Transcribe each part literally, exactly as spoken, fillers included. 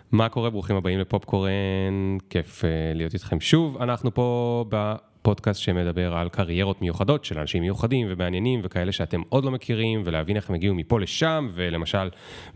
מה קורה? ברוכים הבאים לפופקורן, כיף להיות איתכם שוב. אנחנו פה בפודקאסט שמדבר על קריירות מיוחדות של אנשים מיוחדים ומעניינים וכאלה שאתם עוד לא מכירים, ולהבין איך הם הגיעו מפה לשם, ולמשל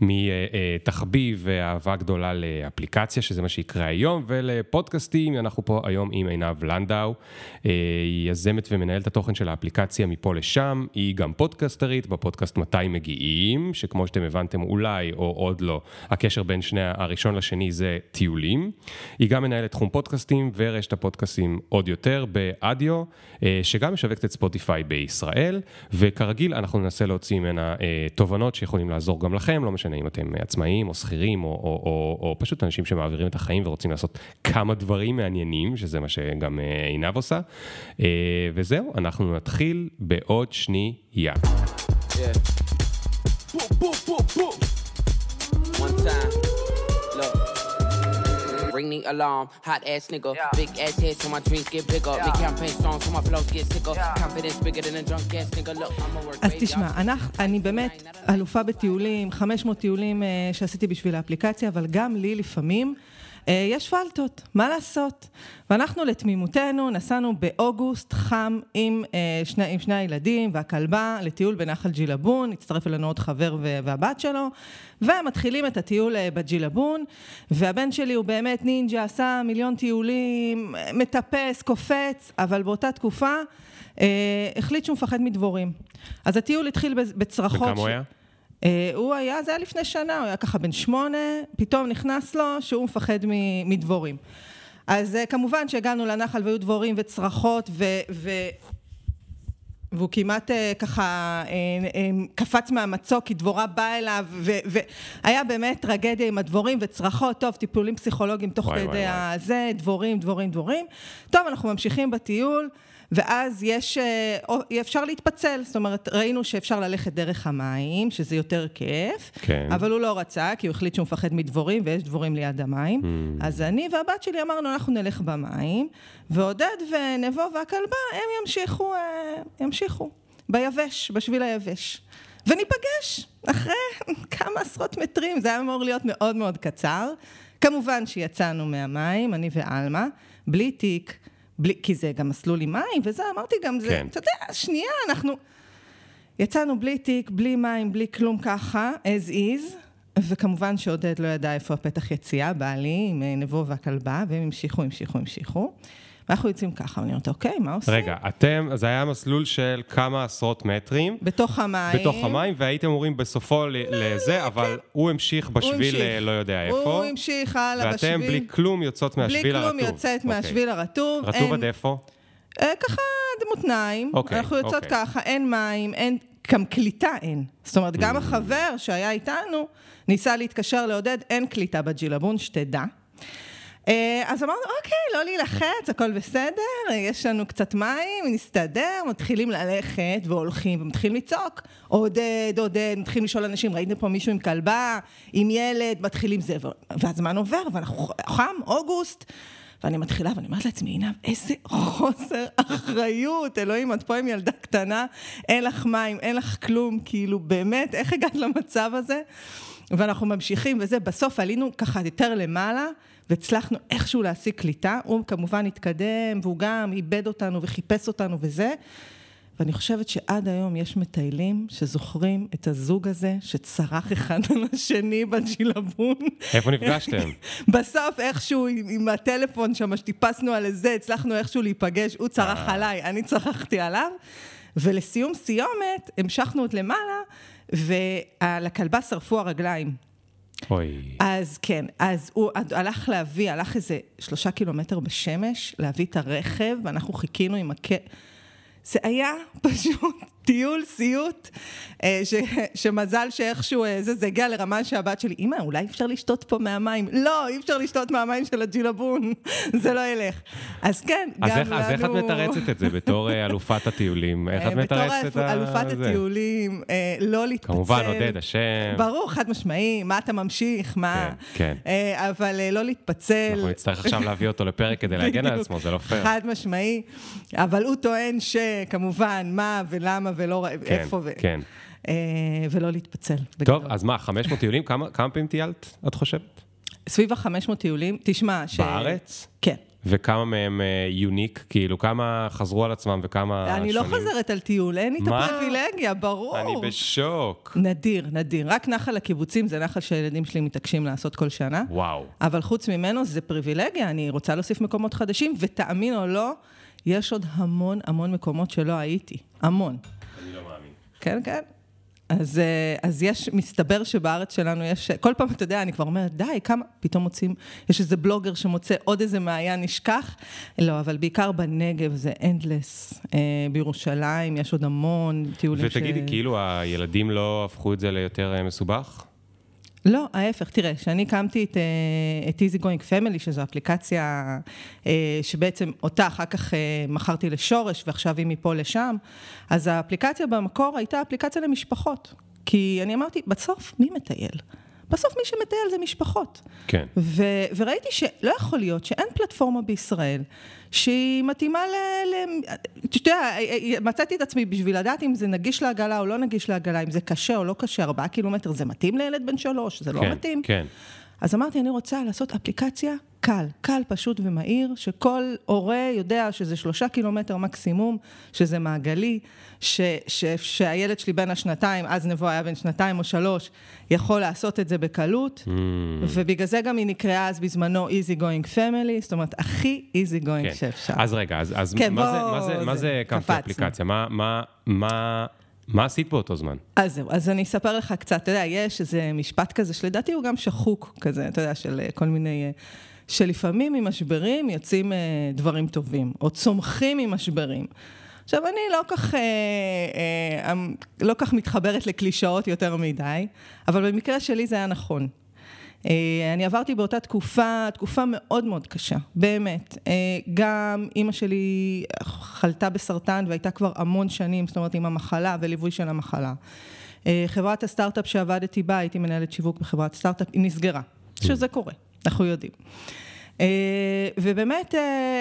מתחביב ואהבה גדולה לאפליקציה, שזה מה שיקרה היום, ולפודקאסטים. אנחנו פה היום עם עינב לנדאו, יזמת ומנהלת התוכן של האפליקציה מפה לשם. היא גם פודקאסטרית בפודקאסט מתי מגיעים, שכמו שאתם הבנתם אולי או עוד לא, הקשר בין שני הראשון לשני זה טיולים. היא גם מנהלת תחום פודקאסטים ורשת הפודקאסטים עוד יותר באדיו, שגם משווקת את ספוטיפיי בישראל, וכרגיל אנחנו ננסה להוציא ממנה תובנות שיכולים לעזור גם לכם, לא משנה אם אתם עצמאים או שכירים או, או, או, או פשוט אנשים שמעבירים את החיים ורוצים לעשות כמה דברים מעניינים, שזה מה שגם עינב עושה. וזהו, אנחנו נתחיל בעוד שנייה. Yeah. Boom, boom, boom, boom. One time. Look. Ring the alarm. Hot ass nigga. Yeah. Big ass head so my dreams get bigger. Yeah. Make campaign strong so my flows get sicker. Yeah. Confidence bigger than a drunk ass nigga. Look, I'm a work. אז תשמע, אני באמת אלופה בטיולים, חמש מאות טיולים שעשיתי בשביל האפליקציה, אבל גם לי לפעמים יש פלטות, מה לעשות? ואנחנו לתמימותנו נסענו באוגוסט חם עם שני, עם שני הילדים והכלבה לטיול בנחל ג'ילבון, הצטרף אלינו עוד חבר והבת שלו, ומתחילים את הטיול בג'ילבון, והבן שלי הוא באמת נינג'ה, עשה מיליון טיולים, מטפס, קופץ, אבל באותה תקופה החליט שהוא מפחד מדבורים. אז הטיול התחיל בצרחות. וכמה הוא היה? הוא היה, זה היה לפני שנה, הוא היה ככה בן שמונה, פתאום נכנס לו שהוא מפחד מדבורים. אז כמובן שהגענו לנחל והיו דבורים וצרחות, ו... ו... והוא כמעט ככה קפץ מהמצוק, כי דבורה באה אליו, והיה באמת טרגדיה עם הדבורים וצרחות. טוב, טיפולים פסיכולוגיים תוך כדי הזה, דבורים, דבורים, דבורים. טוב, אנחנו ממשיכים בטיול, ואז יש, אפשר להתפצל, זאת אומרת, ראינו שאפשר ללכת דרך המים, שזה יותר כיף, כן. אבל הוא לא רצה, כי הוא החליט שהוא מפחד מדבורים, ויש דבורים ליד המים. Mm. אז אני והבת שלי אמרנו, אנחנו נלך במים, ועודד ונבו והכלבה, הם ימשיכו, ימשיכו, ביבש, בשביל היבש. וניפגש אחרי כמה עשרות מטרים, זה היה אמור להיות מאוד מאוד קצר. כמובן שיצאנו מהמים, אני ואלמה, בלי תיק, בלי, כי זה גם מסלול עם מים, וזה, אמרתי גם, זה, כן. אתה יודע, שנייה, אנחנו יצאנו בלי תיק, בלי מים, בלי כלום ככה, as is, וכמובן שעודד לא ידע איפה הפתח יציאה, בעלי, עם נבו והכלבה, והם המשיכו, המשיכו, המשיכו, ואנחנו יוצאים ככה, ואני אומרת, אוקיי, מה עושים? רגע, אתם, זה היה מסלול של כמה עשרות מטרים. בתוך המים. בתוך המים, והייתם אומרים בסופו לזה, אבל הוא המשיך בשביל לא יודע איפה. הוא המשיך הלאה בשביל. ואתם בלי כלום יוצאות מהשביל הרטוב. בלי כלום יוצאת מהשביל הרטוב. רטוב עד איפה? ככה מותניים. אנחנו יוצאות ככה, אין מים, אין, גם קליטה אין. זאת אומרת, גם החבר שהיה איתנו, ניסה להתקשר לעודד, אין קליטה בג'ילבון, שתדע. אז אמרנו, אוקיי, לא להילחץ, הכל בסדר, יש לנו קצת מים, נסתדר, מתחילים ללכת והולכים, ומתחילים לצעוק, עודד, עודד, מתחילים לשאול אנשים, ראיתם פה מישהו עם כלבה, עם ילד, מתחילים זה, והזמן עובר, ואנחנו חם, אוגוסט, ואני מתחילה, ואני אומרת לעצמי, הנה, איזה חוסר אחריות, אלוהים, את פה עם ילדה קטנה, אין לך מים, אין לך כלום, כאילו, באמת, איך הגעת למצב הזה? ואנחנו ממשיכים, וזה, בסוף עלינו ככה יותר למעלה, והצלחנו איכשהו להשיג קליטה, הוא כמובן התקדם, והוא גם איבד אותנו וחיפש אותנו וזה, ואני חושבת שעד היום יש מטיילים שזוכרים את הזוג הזה, שצרח אחד על השני בג'ילבון. איפה נפגשתם? בסוף איכשהו עם הטלפון שם, שטיפסנו על זה, הצלחנו איכשהו להיפגש, הוא צרח עליי, אני צרחתי עליו, ולסיום סיומת, המשכנו עוד למעלה, ולכלבה שרפו הרגליים. אוי. אז כן, אז הוא הלך להביא, הלך איזה שלושה קילומטר בשמש, להביא את הרכב, ואנחנו חיכינו עם הכ... זה היה פשוט טיול, סיוט, ש, שמזל שאיכשהו זה, זה הגיע לרמה שהבת שלי, אמא, אולי אפשר לשתות פה מהמים? לא, אי אפשר לשתות מהמים של הג'ילבון, זה לא ילך. אז כן, אז גם איך, לנו... אז איך את מתרצת את זה בתור אלופת הטיולים? איך את מתרצת את זה? בתור אלופת הטיולים, לא להתפצל. כמובן, עודד, השם. ברור, חד משמעי, מה אתה ממשיך, מה... כן, כן. אבל לא להתפצל. אנחנו נצטרך עכשיו להביא אותו לפרק כדי להגן על עצמו, זה לא פייר. חד משמעי, אבל הוא טוען שכמובן, מה ולמה ולא איפה ו... כן. ולא להתפצל. טוב, אז מה, חמש מאות טיולים? כמה פעמים טיילת, את חושבת? סביב ה-חמש מאות טיולים, תשמע ש... בארץ? כן. וכמה מהם יוניק, כאילו כמה חזרו על עצמם וכמה שונים? אני לא חוזרת על טיול, אין לי את הפריבילגיה, ברור. אני בשוק. נדיר, נדיר. רק נחל הקיבוצים זה נחל שהילדים שלי מתעקשים לעשות כל שנה. וואו. אבל חוץ ממנו זה פריבילגיה, אני רוצה להוסיף מקומות חדשים, ותאמין או לא, יש עוד המון המון מקומות שלא הייתי. המון. אני לא מאמין. כן, כן. אז, אז יש, מסתבר שבארץ שלנו יש, כל פעם אתה יודע, אני כבר אומרת, די, כמה, פתאום מוצאים, יש איזה בלוגר שמוצא עוד איזה מעיין נשכח, לא, אבל בעיקר בנגב זה אנדלס, בירושלים יש עוד המון טיולים ש... ותגידי, כאילו הילדים לא הפכו את זה ליותר מסובך? לא, ההפך, תראה, שאני הקמתי את, את Easy Going Family, שזו אפליקציה שבעצם אותה אחר כך מכרתי לשורש, ועכשיו היא מפה לשם, אז האפליקציה במקור הייתה אפליקציה למשפחות, כי אני אמרתי, בסוף מי מטייל? בסוף מי שמטייל זה משפחות. כן. ו- וראיתי שלא יכול להיות שאין פלטפורמה בישראל שהיא מתאימה ל... ל- אתה יודע, מצאתי את עצמי בשביל לדעת אם זה נגיש לעגלה או לא נגיש לעגלה, אם זה קשה או לא קשה, ארבעה קילומטר, זה מתאים לילד בן שלוש, זה לא כן, מתאים. כן. אז אמרתי, אני רוצה לעשות אפליקציה קל, קל, פשוט ומהיר, שכל הורה יודע שזה שלושה קילומטר מקסימום, שזה מעגלי, ש, ש, שהילד שלי בין השנתיים, אז נבוא היה בין שנתיים או שלוש, יכול לעשות את זה בקלות, mm. ובגלל זה גם היא נקראה אז בזמנו Easy Going Family, זאת אומרת, הכי Easy Going כן. שאפשר. אז רגע, אז, אז כן, מה, בוא, זה, מה זה, זה, מה זה קמתי אפליקציה? מה, מה, מה... מה עשית באותו זמן? אז זהו, אז אני אספר לך קצת, אתה יודע, יש איזה משפט כזה, שלדעתי הוא גם שחוק כזה, אתה יודע, של כל מיני, שלפעמים ממשברים יוצאים דברים טובים, או צומחים ממשברים. עכשיו, אני לא כך, אה, אה, לא כך מתחברת לקלישאות יותר מדי, אבל במקרה שלי זה היה נכון. אני עברתי באותה תקופה, תקופה מאוד מאוד קשה, באמת. גם אמא שלי חלתה בסרטן והייתה כבר המון שנים, זאת אומרת עם המחלה וליווי של המחלה. חברת הסטארט-אפ שעבדתי בה, הייתי מנהלת שיווק בחברת סטארט-אפ, היא נסגרה, שזה קורה, אנחנו יודעים. ובאמת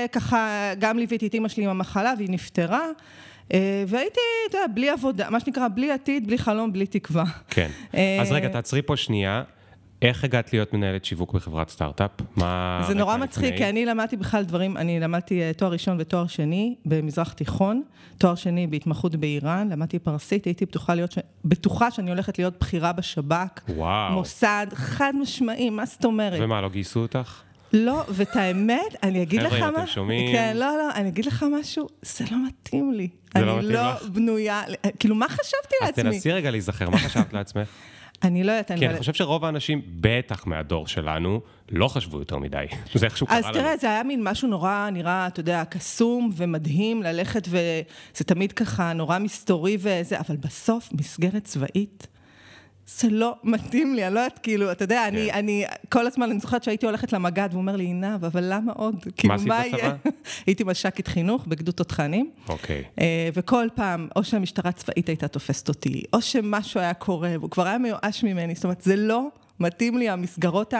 ככה גם ליוויתי את אמא שלי עם המחלה והיא נפטרה, והייתי, אתה יודע, בלי עבודה, מה שנקרא, בלי עתיד, בלי חלום, בלי תקווה. כן. אז רגע, תעצרי פה שנייה. איך הגעת להיות מנהלת שיווק בחברת סטארט-אפ? זה נורא מצחיק, כי אני למדתי בכלל דברים, אני למדתי תואר ראשון ותואר שני במזרח תיכון, תואר שני בהתמחות באיראן, למדתי פרסית, הייתי בטוחה להיות, בטוחה שאני הולכת להיות בחירה בשב"כ, וואו. מוסד, חד משמעי, מה זאת אומרת? ומה, לא גייסו אותך? לא, ואת האמת, אני אגיד לך מה... חבר'ה, אתם שומעים? כן, לא, לא, אני אגיד לך משהו, זה לא מתאים לי. זה לא מתאים לך? אני לא בנויה, כאילו, מה חשבתי לעצמי? אז תנסי רגע להיזכר, מה חשבת לעצמך? אני לא יודעת, אני... כי אני חושב שרוב האנשים, בטח מהדור שלנו, לא חשבו יותר מדי. זה איכשהו קרה לנו. אז תראה, זה היה מין משהו נורא, נראה, אתה יודע, קסום ומדהים ללכת, וזה תמיד ככה נורא מסתורי וזה, אבל בסוף, מסגרת צבאית, זה לא מתאים לי, אני לא יודעת, כאילו, אתה יודע, אני, אני, כל הזמן אני זוכרת שהייתי הולכת למגד, והוא אומר לי, עינב, אבל למה עוד? מה עשית בצבא? הייתי מש"קית חינוך בגדוד תותחנים. אוקיי. וכל פעם, או שהמשטרה צבאית הייתה תופסת אותי, או שמשהו היה קורה, והוא כבר היה מיואש ממני, זאת אומרת, זה לא מתאים לי, המסגרות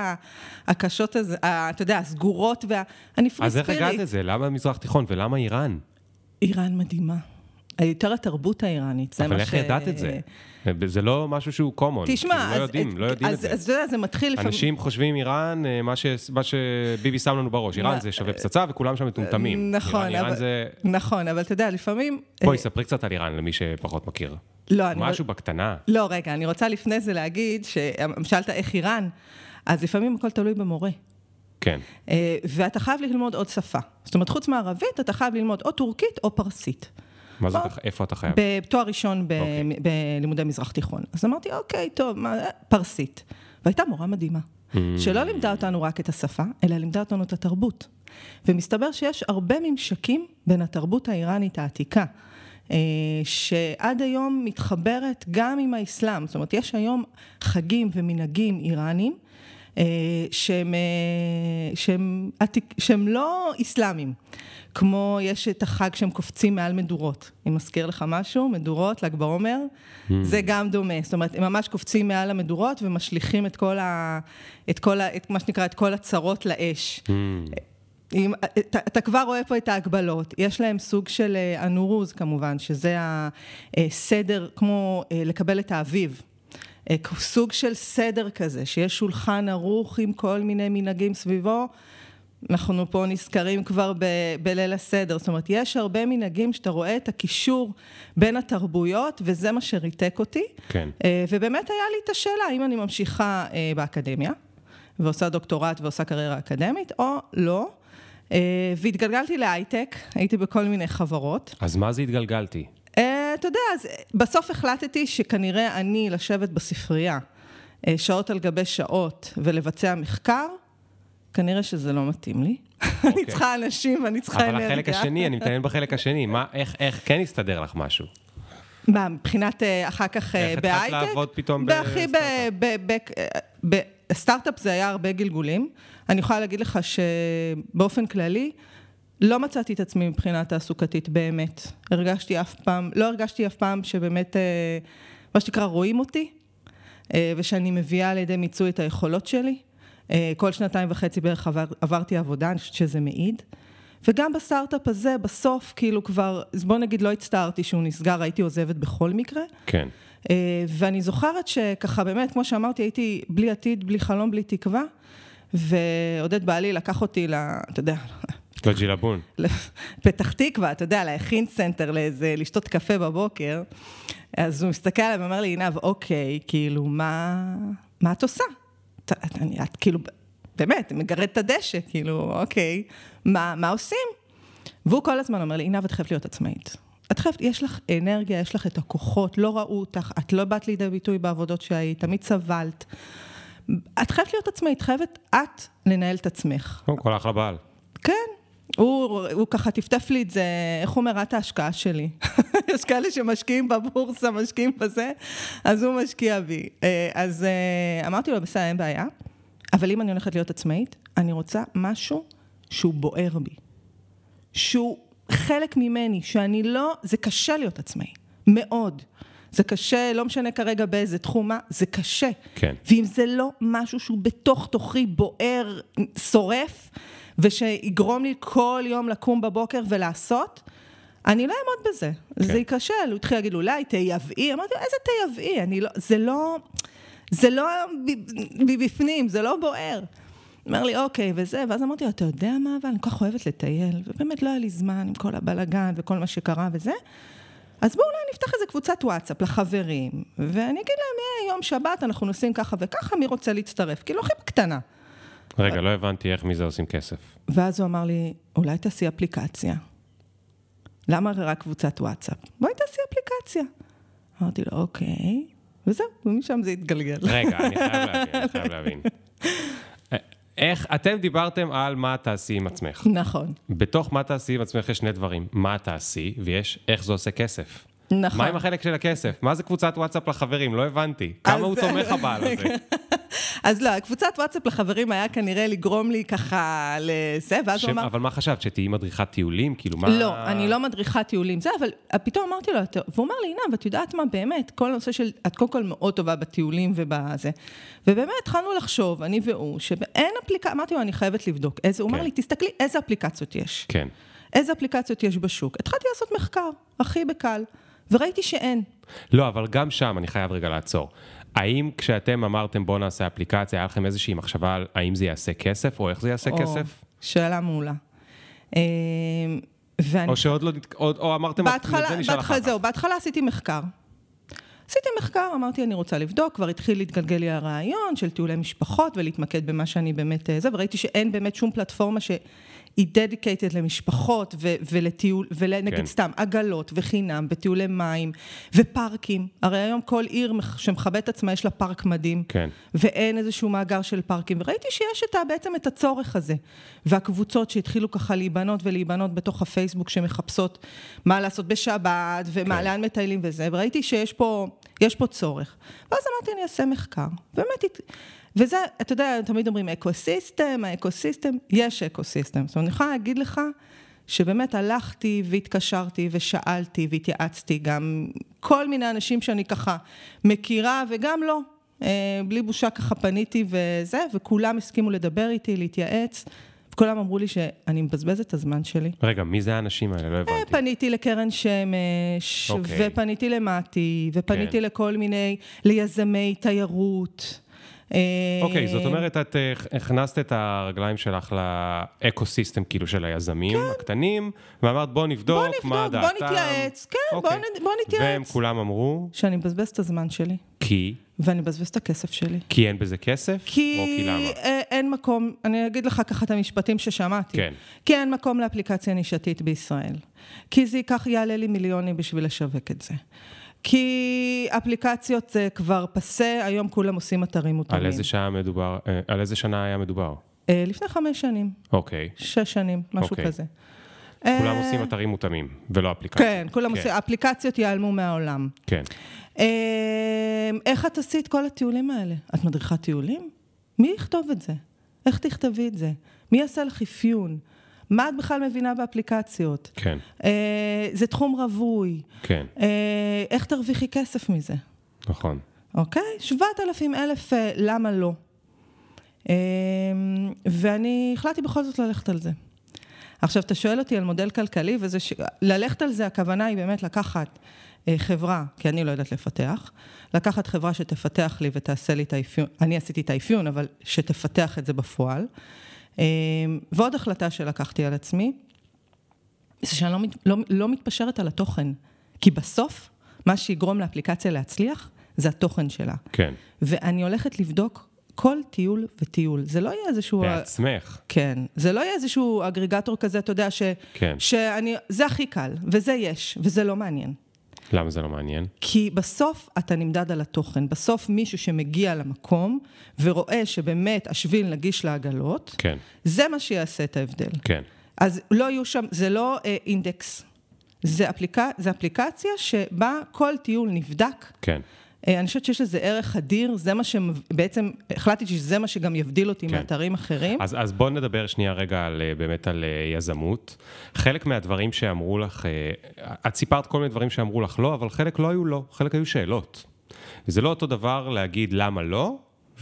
הקשות הזה, אתה יודע, הסגורות, ואני פרי אז איך ספיריט. הגעת לזה? למה מזרח תיכון ולמה איראן? איראן מדהימה. יותר התרבות האיראנית, זה מה ש... אבל איך ידעת את זה? זה לא משהו שהוא קומון. תשמע, לא יודעים, לא יודעים את זה. אז זה מתחיל לפעמים... אנשים חושבים איראן, מה שביבי שם לנו בראש, איראן זה שווה פצצה וכולם שם מטומטמים. נכון, נכון, אבל אתה יודע, לפעמים... בואי, ספרי קצת על איראן למי שפחות מכיר. משהו בקטנה. לא, רגע, אני רוצה לפני זה להגיד, שאלת איך איראן, אז לפעמים הכל תלוי במורה. כן. ואתה חייב ללמוד עוד שפה. זאת אומרת, חוץ מערבית, אתה חייב ללמוד או טורקית או פרסית. מה זה, איפה אתה חייב? בתואר ראשון בלימודי מזרח תיכון. אז אמרתי, אוקיי, טוב, פרסית. והייתה מורה מדהימה, שלא לימדה אותנו רק את השפה, אלא לימדה אותנו את התרבות. ומסתבר שיש הרבה ממשקים בין התרבות האיראנית העתיקה, שעד היום מתחברת גם עם האסלאם. זאת אומרת, יש היום חגים ומנהגים איראנים, שהם, שהם, שהם לא אסלאמים. כמו יש את החג שהם קופצים מעל מדורות. אם מזכיר לך משהו, מדורות, ל"ג בעומר, mm. זה גם דומה. זאת אומרת, הם ממש קופצים מעל המדורות ומשליכים את כל ה... את כל ה... את מה שנקרא, את כל הצרות לאש. Mm. אם, אתה, אתה כבר רואה פה את ההגבלות. יש להם סוג של הנורוז, כמובן, שזה הסדר כמו לקבל את האביב. סוג של סדר כזה, שיש שולחן ערוך עם כל מיני מנהגים סביבו, אנחנו פה נזכרים כבר ב- בליל הסדר, זאת אומרת, יש הרבה מנהגים שאתה רואה את הקישור בין התרבויות, וזה מה שריתק אותי. כן. ובאמת היה לי את השאלה, האם אני ממשיכה באקדמיה, ועושה דוקטורט ועושה קריירה אקדמית, או לא. והתגלגלתי להייטק, הייתי בכל מיני חברות. אז מה זה התגלגלתי? אתה יודע, אז בסוף החלטתי שכנראה אני לשבת בספרייה, שעות על גבי שעות, ולבצע מחקר, כנראה שזה לא מתאים לי. אני צריכה אנשים ואני צריכה אנרגיה. אבל החלק השני, אני מתעניין בחלק השני, איך כן יסתדר לך משהו? מה, מבחינת אחר כך בהייטק? איך התחלת לעבוד פתאום בסטארט-אפ? בסטארט-אפ זה היה הרבה גלגולים. אני יכולה להגיד לך שבאופן כללי, לא מצאתי את עצמי מבחינה תעסוקתית באמת. הרגשתי אף פעם, לא הרגשתי אף פעם שבאמת, מה שתקרא, רואים אותי, ושאני מביאה על ידי מיצוי את היכולות שלי. כל שנתיים וחצי בערך עבר, עברתי עבודה, אני חושבת שזה מעיד. וגם בסטארט-אפ הזה, בסוף, כאילו כבר, אז בוא נגיד, לא הצטערתי שהוא נסגר, הייתי עוזבת בכל מקרה. כן. ואני זוכרת שככה באמת, כמו שאמרתי, הייתי בלי עתיד, בלי חלום, בלי תקווה, ועודד בעלי לקח אותי ל... אתה יודע... לג'ילבון. פתח תקווה, אתה יודע, להכין סנטר לאיזה, לשתות קפה בבוקר, אז הוא מסתכל עליו ואומר לי, עינב, אוקיי, כאילו, מה, מה את עושה? את, את כאילו, באמת, מגרד את הדשא, כאילו, אוקיי, מה, מה עושים? והוא כל הזמן אומר לי, עינב, את חייבת להיות עצמאית. את חייבת, יש לך אנרגיה, יש לך את הכוחות, לא ראו אותך, את לא באת לידי ביטוי בעבודות שהיית, תמיד סבלת. את חייבת להיות עצמאית, חייבת את לנהל את עצמך. כל אחלה בעל. כן. הוא, הוא ככה תפתף לי את זה, איך הוא אומר, את ההשקעה שלי. יש כאלה שמשקיעים בבורסה, משקיעים בזה, אז הוא משקיע בי. אז אמרתי לו, בסדר, אין בעיה, אבל אם אני הולכת להיות עצמאית, אני רוצה משהו שהוא בוער בי. שהוא חלק ממני, שאני לא, זה קשה להיות עצמאי, מאוד. זה קשה, לא משנה כרגע באיזה תחום, מה, זה קשה. כן. ואם זה לא משהו שהוא בתוך תוכי בוער, שורף, ושיגרום לי כל יום לקום בבוקר ולעשות, אני לא אעמוד בזה. כן. זה יקשה, הוא התחיל להגיד, אולי תייבאי, אמרתי, איזה תייבאי? אני לא, זה לא, זה לא מבפנים, זה לא בוער. אומר לי, אוקיי, וזה, ואז אמרתי, אתה יודע מה, אבל אני כל כך אוהבת לטייל, ובאמת לא היה לי זמן עם כל הבלגן וכל מה שקרה וזה, אז בואו אולי נפתח איזה קבוצת וואטסאפ לחברים, ואני אגיד להם, יום שבת אנחנו נוסעים ככה וככה, מי רוצה להצטרף? כאילו, הכי קטנה. רגע, לא הבנתי איך מזה עושים כסף. ואז הוא אמר לי, אולי תעשי אפליקציה. למה רק קבוצת וואטסאפ? בואי תעשי אפליקציה. אמרתי לו, אוקיי, וזהו, ומשם זה התגלגל. רגע, אני חייב להבין, אני חייב להבין. איך, אתם דיברתם על מה תעשי עם עצמך. נכון. בתוך מה תעשי עם עצמך יש שני דברים. מה תעשי, ויש איך זה עושה כסף. נכון. מה עם החלק של הכסף? מה זה קבוצת וואטסאפ לחברים? לא הבנתי. כמה הוא תומך הבעל הזה? אז לא, קבוצת וואטסאפ לחברים היה כנראה לגרום לי ככה לזה, ואז הוא אמר... אבל מה חשבת? שתהיי מדריכת טיולים? כאילו מה... לא, אני לא מדריכת טיולים. זה, אבל פתאום אמרתי לו, והוא אמר לי, עינב, את יודעת מה באמת? כל הנושא של, את קודם כל מאוד טובה בטיולים ובזה. ובאמת התחלנו לחשוב, אני והוא, שאין אפליקציה, אמרתי לו, אני חייבת לבדוק. הוא אמר לי, תסתכלי, איזה אפליקציות יש? כן. איזה אפליקציות יש בשוק? התחלתי לעשות מחקר, הכי בקל, וראיתי שאין. לא, אבל גם שם אני חייב רגע לעצור. האם כשאתם אמרתם בוא נעשה אפליקציה, היה לכם איזושהי מחשבה על האם זה יעשה כסף, או איך זה יעשה כסף? שאלה מעולה. או שעוד לא, או אמרתם, זה נשאל אחר כך. זהו, בהתחלה עשיתי מחקר. עשיתי מחקר, אמרתי, אני רוצה לבדוק, כבר התחיל להתגלגל לי הרעיון של טיולי משפחות, ולהתמקד במה שאני באמת זה, וראיתי שאין באמת שום פלטפורמה ש... היא dedicated למשפחות ו- ולטיול, ולנגיד כן. סתם עגלות וחינם, וטיולי מים ופארקים. הרי היום כל עיר שמחבט עצמה יש לה פארק מדהים, כן. ואין איזשהו מאגר של פארקים. וראיתי שיש את, בעצם את הצורך הזה. והקבוצות שהתחילו ככה להיבנות ולהיבנות בתוך הפייסבוק שמחפשות מה לעשות בשבת, ומה כן. לאן מטיילים וזה. וראיתי שיש פה, יש פה צורך. ואז אמרתי, אני אעשה מחקר. באמת וזה, אתה יודע, תמיד אומרים אקוסיסטם, האקוסיסטם, יש אקוסיסטם. זאת אומרת, אני יכולה להגיד לך שבאמת הלכתי והתקשרתי ושאלתי והתייעצתי גם כל מיני אנשים שאני ככה מכירה וגם לא. בלי בושה ככה פניתי וזה, וכולם הסכימו לדבר איתי, להתייעץ. וכל כולם אמרו לי שאני מבזבזת את הזמן שלי. רגע, מי זה האנשים האלה? לא הבנתי. פניתי לקרן שמש, okay. ופניתי למתי, ופניתי כן. לכל מיני, ליזמי תיירות. אוקיי, זאת אומרת, את הכנסת את הרגליים שלך לאקוסיסטם כאילו של היזמים הקטנים, ואמרת בוא נבדוק מה דעתם. בוא נתייעץ, כן, בוא נתייעץ. והם כולם אמרו? שאני מבזבז את הזמן שלי. כי? ואני מבזבז את הכסף שלי. כי אין בזה כסף? כי או כי למה? אין מקום, אני אגיד לך ככה את המשפטים ששמעתי. כן. כי אין מקום לאפליקציה נישתית בישראל. כי זה ייקח, יעלה לי מיליונים בשביל לשווק את זה. כי אפליקציות זה כבר פסה, היום כולם עושים אתרים מותאמים. על איזה שעה מדובר, על איזה שנה היה מדובר? לפני חמש שנים. אוקיי. שש שנים, משהו כזה. כולם עושים אתרים מותאמים, ולא אפליקציות. כן, כולם עושים, אפליקציות ייעלמו מהעולם. כן. איך את עשית כל הטיולים האלה? את מדריכת טיולים? מי יכתוב את זה? איך תכתבי את זה? מי יעשה לך אפיון? מה את בכלל מבינה באפליקציות? כן. אה, זה תחום רווי. כן. אה, איך תרוויחי כסף מזה? נכון. אוקיי? שבעת אלפים אלף, אה, למה לא? אה, ואני החלטתי בכל זאת ללכת על זה. עכשיו, אתה שואל אותי על מודל כלכלי, וזה ש... ללכת על זה, הכוונה היא באמת לקחת אה, חברה, כי אני לא יודעת לפתח, לקחת חברה שתפתח לי ותעשה לי את האפיון, אני עשיתי את האפיון, אבל שתפתח את זה בפועל, ועוד החלטה שלקחתי על עצמי, זה שאני לא, לא, לא מתפשרת על התוכן, כי בסוף, מה שיגרום לאפליקציה להצליח, זה התוכן שלה. כן. ואני הולכת לבדוק כל טיול וטיול. זה לא יהיה איזשהו... בעצמך. כן. זה לא יהיה איזשהו אגריגטור כזה, אתה יודע, ש... כן. שאני... זה הכי קל, וזה יש, וזה לא מעניין. למה זה לא מעניין? כי בסוף אתה נמדד על התוכן. בסוף מישהו שמגיע למקום ורואה שבאמת השביל נגיש לעגלות, כן. זה מה שיעשה את ההבדל. כן. אז לא יהיו שם, זה לא אה, אינדקס. זה, אפליקה, זה אפליקציה שבה כל טיול נבדק. כן. אה, אני חושבת שיש לזה ערך אדיר, זה מה שבעצם, החלטתי שזה מה שגם יבדיל אותי כן. מאתרים אחרים. אז, אז בוא נדבר שנייה רגע על, באמת על יזמות. חלק מהדברים שאמרו לך, את סיפרת כל מיני דברים שאמרו לך לא, אבל חלק לא היו לא, חלק היו שאלות. וזה לא אותו דבר להגיד למה לא,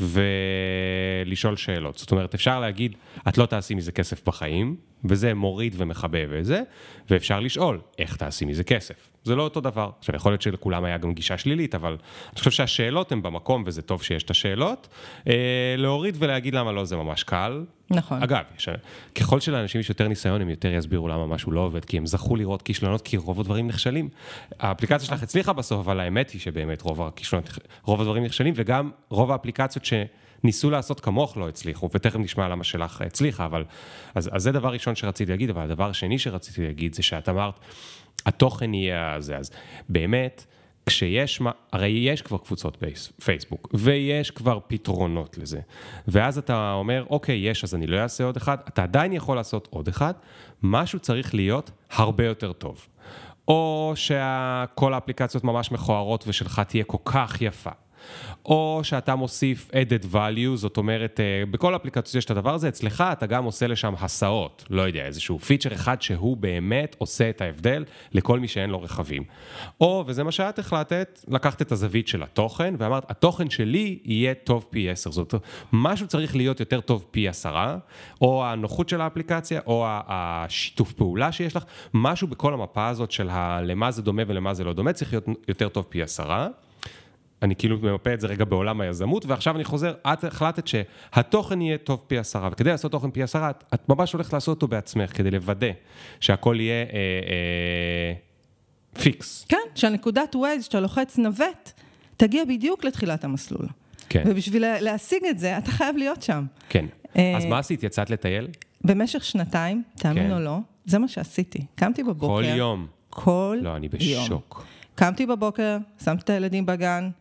ולשאול שאלות. זאת אומרת, אפשר להגיד, את לא תעשי מזה כסף בחיים, וזה מוריד ומחבב וזה, ואפשר לשאול, איך תעשי מזה כסף? זה לא אותו דבר. עכשיו, יכול להיות שלכולם היה גם גישה שלילית, אבל אני חושב שהשאלות הן במקום, וזה טוב שיש את השאלות. אה, להוריד ולהגיד למה לא, זה ממש קל. נכון. אגב, יש, ככל שלאנשים יש יותר ניסיון, הם יותר יסבירו למה משהו לא עובד, כי הם זכו לראות כישלונות, כי רוב הדברים נכשלים. האפליקציה שלך הצליחה בסוף, אבל האמת היא שבאמת רוב הכישלונות, רוב הדברים נכשלים, וגם רוב האפליקציות שניסו לעשות כמוך לא הצליחו, ותכף נשמע למה שלך הצליחה, אבל, אז, אז זה דבר ראשון שרציתי להגיד, אבל הדבר השני שרציתי להגיד, זה שאת אמרת, התוכן יהיה הזה, אז באמת, כשיש, הרי יש כבר קבוצות בפייסבוק, ויש כבר פתרונות לזה, ואז אתה אומר, אוקיי, יש, אז אני לא אעשה עוד אחד, אתה עדיין יכול לעשות עוד אחד, משהו צריך להיות הרבה יותר טוב, או שכל האפליקציות ממש מכוערות, ושלך תהיה כל כך יפה, או שאתה מוסיף added value, זאת אומרת, בכל אפליקציות יש את הדבר הזה, אצלך אתה גם עושה לשם הסעות, לא יודע, איזשהו פיצ'ר אחד שהוא באמת עושה את ההבדל לכל מי שאין לו רכבים. או, וזה מה שאת החלטת, לקחת את הזווית של התוכן, ואמרת, התוכן שלי יהיה טוב פי עשר, זאת אומרת, משהו צריך להיות יותר טוב פי עשרה, או הנוחות של האפליקציה, או השיתוף פעולה שיש לך, משהו בכל המפה הזאת של למה זה דומה ולמה זה לא דומה, צריך להיות יותר טוב פי עשרה, אני כאילו ממפה את זה רגע בעולם היזמות, ועכשיו אני חוזר, את החלטת שהתוכן יהיה טוב פי עשרה, וכדי לעשות תוכן פי עשרה, את, את ממש הולכת לעשות אותו בעצמך, כדי לוודא שהכל יהיה אה, אה, פיקס. כן, שהנקודת ווייז, שאתה לוחץ נווט, תגיע בדיוק לתחילת המסלול. כן. ובשביל להשיג את זה, אתה חייב להיות שם. כן. אה, אז מה עשית? יצאת לטייל? במשך שנתיים, תאמין כן. או לא, זה מה שעשיתי. קמתי בבוקר. כל יום. כל לא, אני בשוק. יום. קמתי בבוקר, שמתי את הילדים בגן,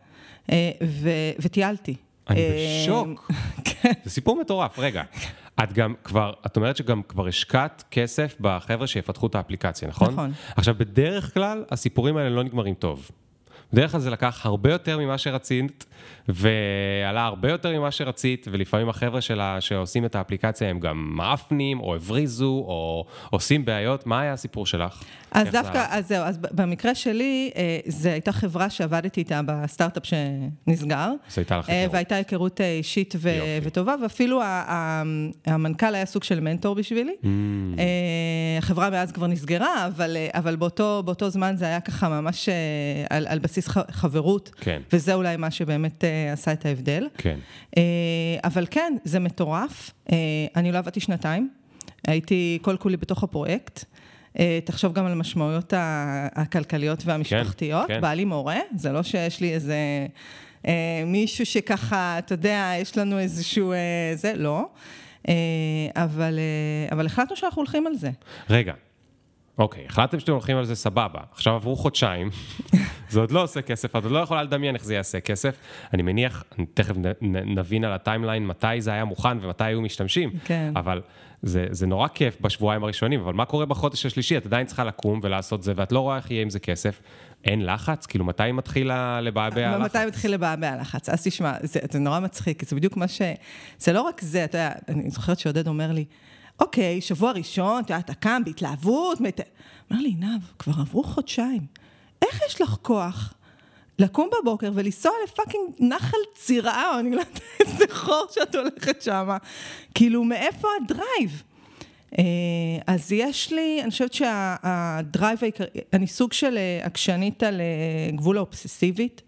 ו- וטיילתי. אני בשוק. זה סיפור מטורף. רגע, את גם כבר, את אומרת שגם כבר השקעת כסף בחבר'ה שיפתחו את האפליקציה, נכון? נכון. עכשיו, בדרך כלל, הסיפורים האלה לא נגמרים טוב. בדרך כלל זה לקח הרבה יותר ממה שרצית, ועלה הרבה יותר ממה שרצית, ולפעמים החבר'ה שלה שעושים את האפליקציה הם גם מאפנים, או הבריזו, או עושים בעיות. מה היה הסיפור שלך? אז דווקא, אז זהו, אז במקרה שלי, זו הייתה חברה שעבדתי איתה בסטארט-אפ שנסגר. זו הייתה לך היכרות. והייתה היכרות אישית וטובה, ואפילו המנכ"ל היה סוג של מנטור בשבילי. החברה מאז כבר נסגרה, אבל באותו זמן זה היה ככה ממש על בסיס חברות, וזה אולי מה שבאמת עשה את ההבדל. כן. אבל כן, זה מטורף. אני לא עבדתי שנתיים, הייתי כל כולי בתוך הפרויקט. תחשוב גם על המשמעויות הכלכליות והמשפחתיות. בעלי מורה, זה לא שיש לי איזה מישהו שככה, אתה יודע, יש לנו איזשהו, זה לא. אבל, אבל החלטנו שאנחנו הולכים על זה. רגע. אוקיי, החלטתם שאתם הולכים על זה סבבה. עכשיו עברו חודשיים, זה עוד לא עושה כסף, את עוד לא יכולה לדמיין איך זה יעשה כסף. אני מניח, תכף נבין על הטיימליין מתי זה היה מוכן ומתי היו משתמשים, כן. אבל זה, זה נורא כיף בשבועיים הראשונים, אבל מה קורה בחודש השלישי? את עדיין צריכה לקום ולעשות זה, ואת לא רואה איך יהיה עם זה כסף. אין לחץ? כאילו, מתי מתחילה לבעבע הלחץ? מתי מתחיל לבעבע הלחץ? אז תשמע, זה, זה נורא מצחיק, זה בדיוק מה ש... זה לא רק זה, אתה יודע, אני זוכרת שעודד אומר לי, אוקיי, שבוע ראשון, אתה, אתה קם בהתלהבות, מת... אומר לי, עינב, כבר עברו חודשיים. איך יש לך כוח לקום בבוקר ולנסוע לפאקינג נחל צירה, או אני לא יודעת איזה חור שאת הולכת שם. כאילו, מאיפה הדרייב? אז יש לי, אני חושבת שהדרייב העיקרי, אני סוג של עקשנית על גבול האובססיבית,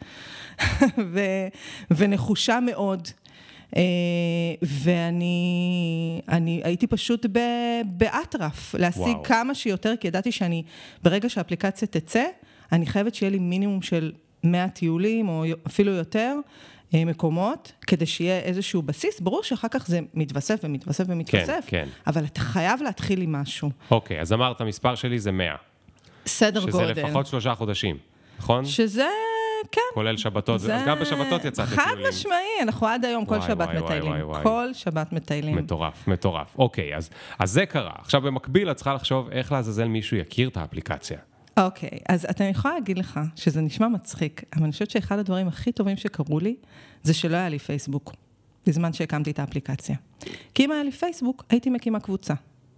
ונחושה מאוד. ואני אני הייתי פשוט באטרף, להשיג כמה שיותר, כי ידעתי שאני, ברגע שהאפליקציה תצא, אני חייבת שיהיה לי מינימום של מאה טיולים, או אפילו יותר, מקומות, כדי שיהיה איזשהו בסיס. ברור שאחר כך זה מתווסף ומתווסף ומתווסף, כן, כן. אבל אתה חייב להתחיל עם משהו. אוקיי, אז אמרת, המספר שלי זה מאה. סדר גודל. שזה לפחות שלושה חודשים, נכון? שזה... כן. כולל שבתות, אז גם בשבתות יצאת לטיולים. חד משמעי, אנחנו עד היום כל שבת מטיילים. כל שבת מטיילים. מטורף, מטורף. אוקיי, אז, אז זה קרה. עכשיו במקביל, את צריכה לחשוב איך לעזאזל מישהו יכיר את האפליקציה. אוקיי, אז אתה יכולה להגיד לך שזה נשמע מצחיק, אבל אני חושבת שאחד הדברים הכי טובים שקרו לי, זה שלא היה לי פייסבוק, בזמן שהקמתי את האפליקציה. כי אם היה לי פייסבוק, הייתי מקימה קבוצה.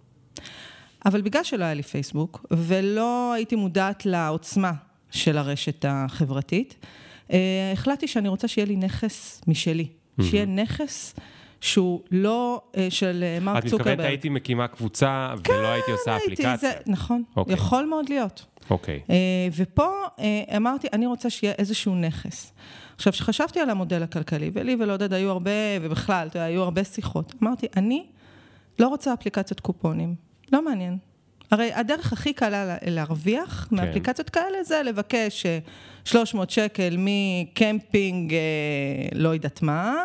אבל בגלל שלא היה לי פייסבוק, ולא הייתי מודעת לעוצמה של הרשת החברתית, החלטתי שאני רוצה שיהיה לי נכס משלי, שיהיה נכס שהוא לא של מרק צוקרברג. את מתכוונת, הייתי מקימה קבוצה ולא הייתי עושה אפליקציה? נכון, יכול מאוד להיות. אוקיי. ופה אמרתי, אני רוצה שיהיה איזשהו נכס. עכשיו, שחשבתי על המודל הכלכלי, ולי ולעודד היו הרבה, ובכלל, היו הרבה שיחות. אמרתי, אני לא רוצה אפליקציות קופונים, לא מעניין. הרי הדרך הכי קלה להרוויח מאפליקציות כאלה זה לבקש שלוש מאות שקל מקמפינג, לא יודעת מה,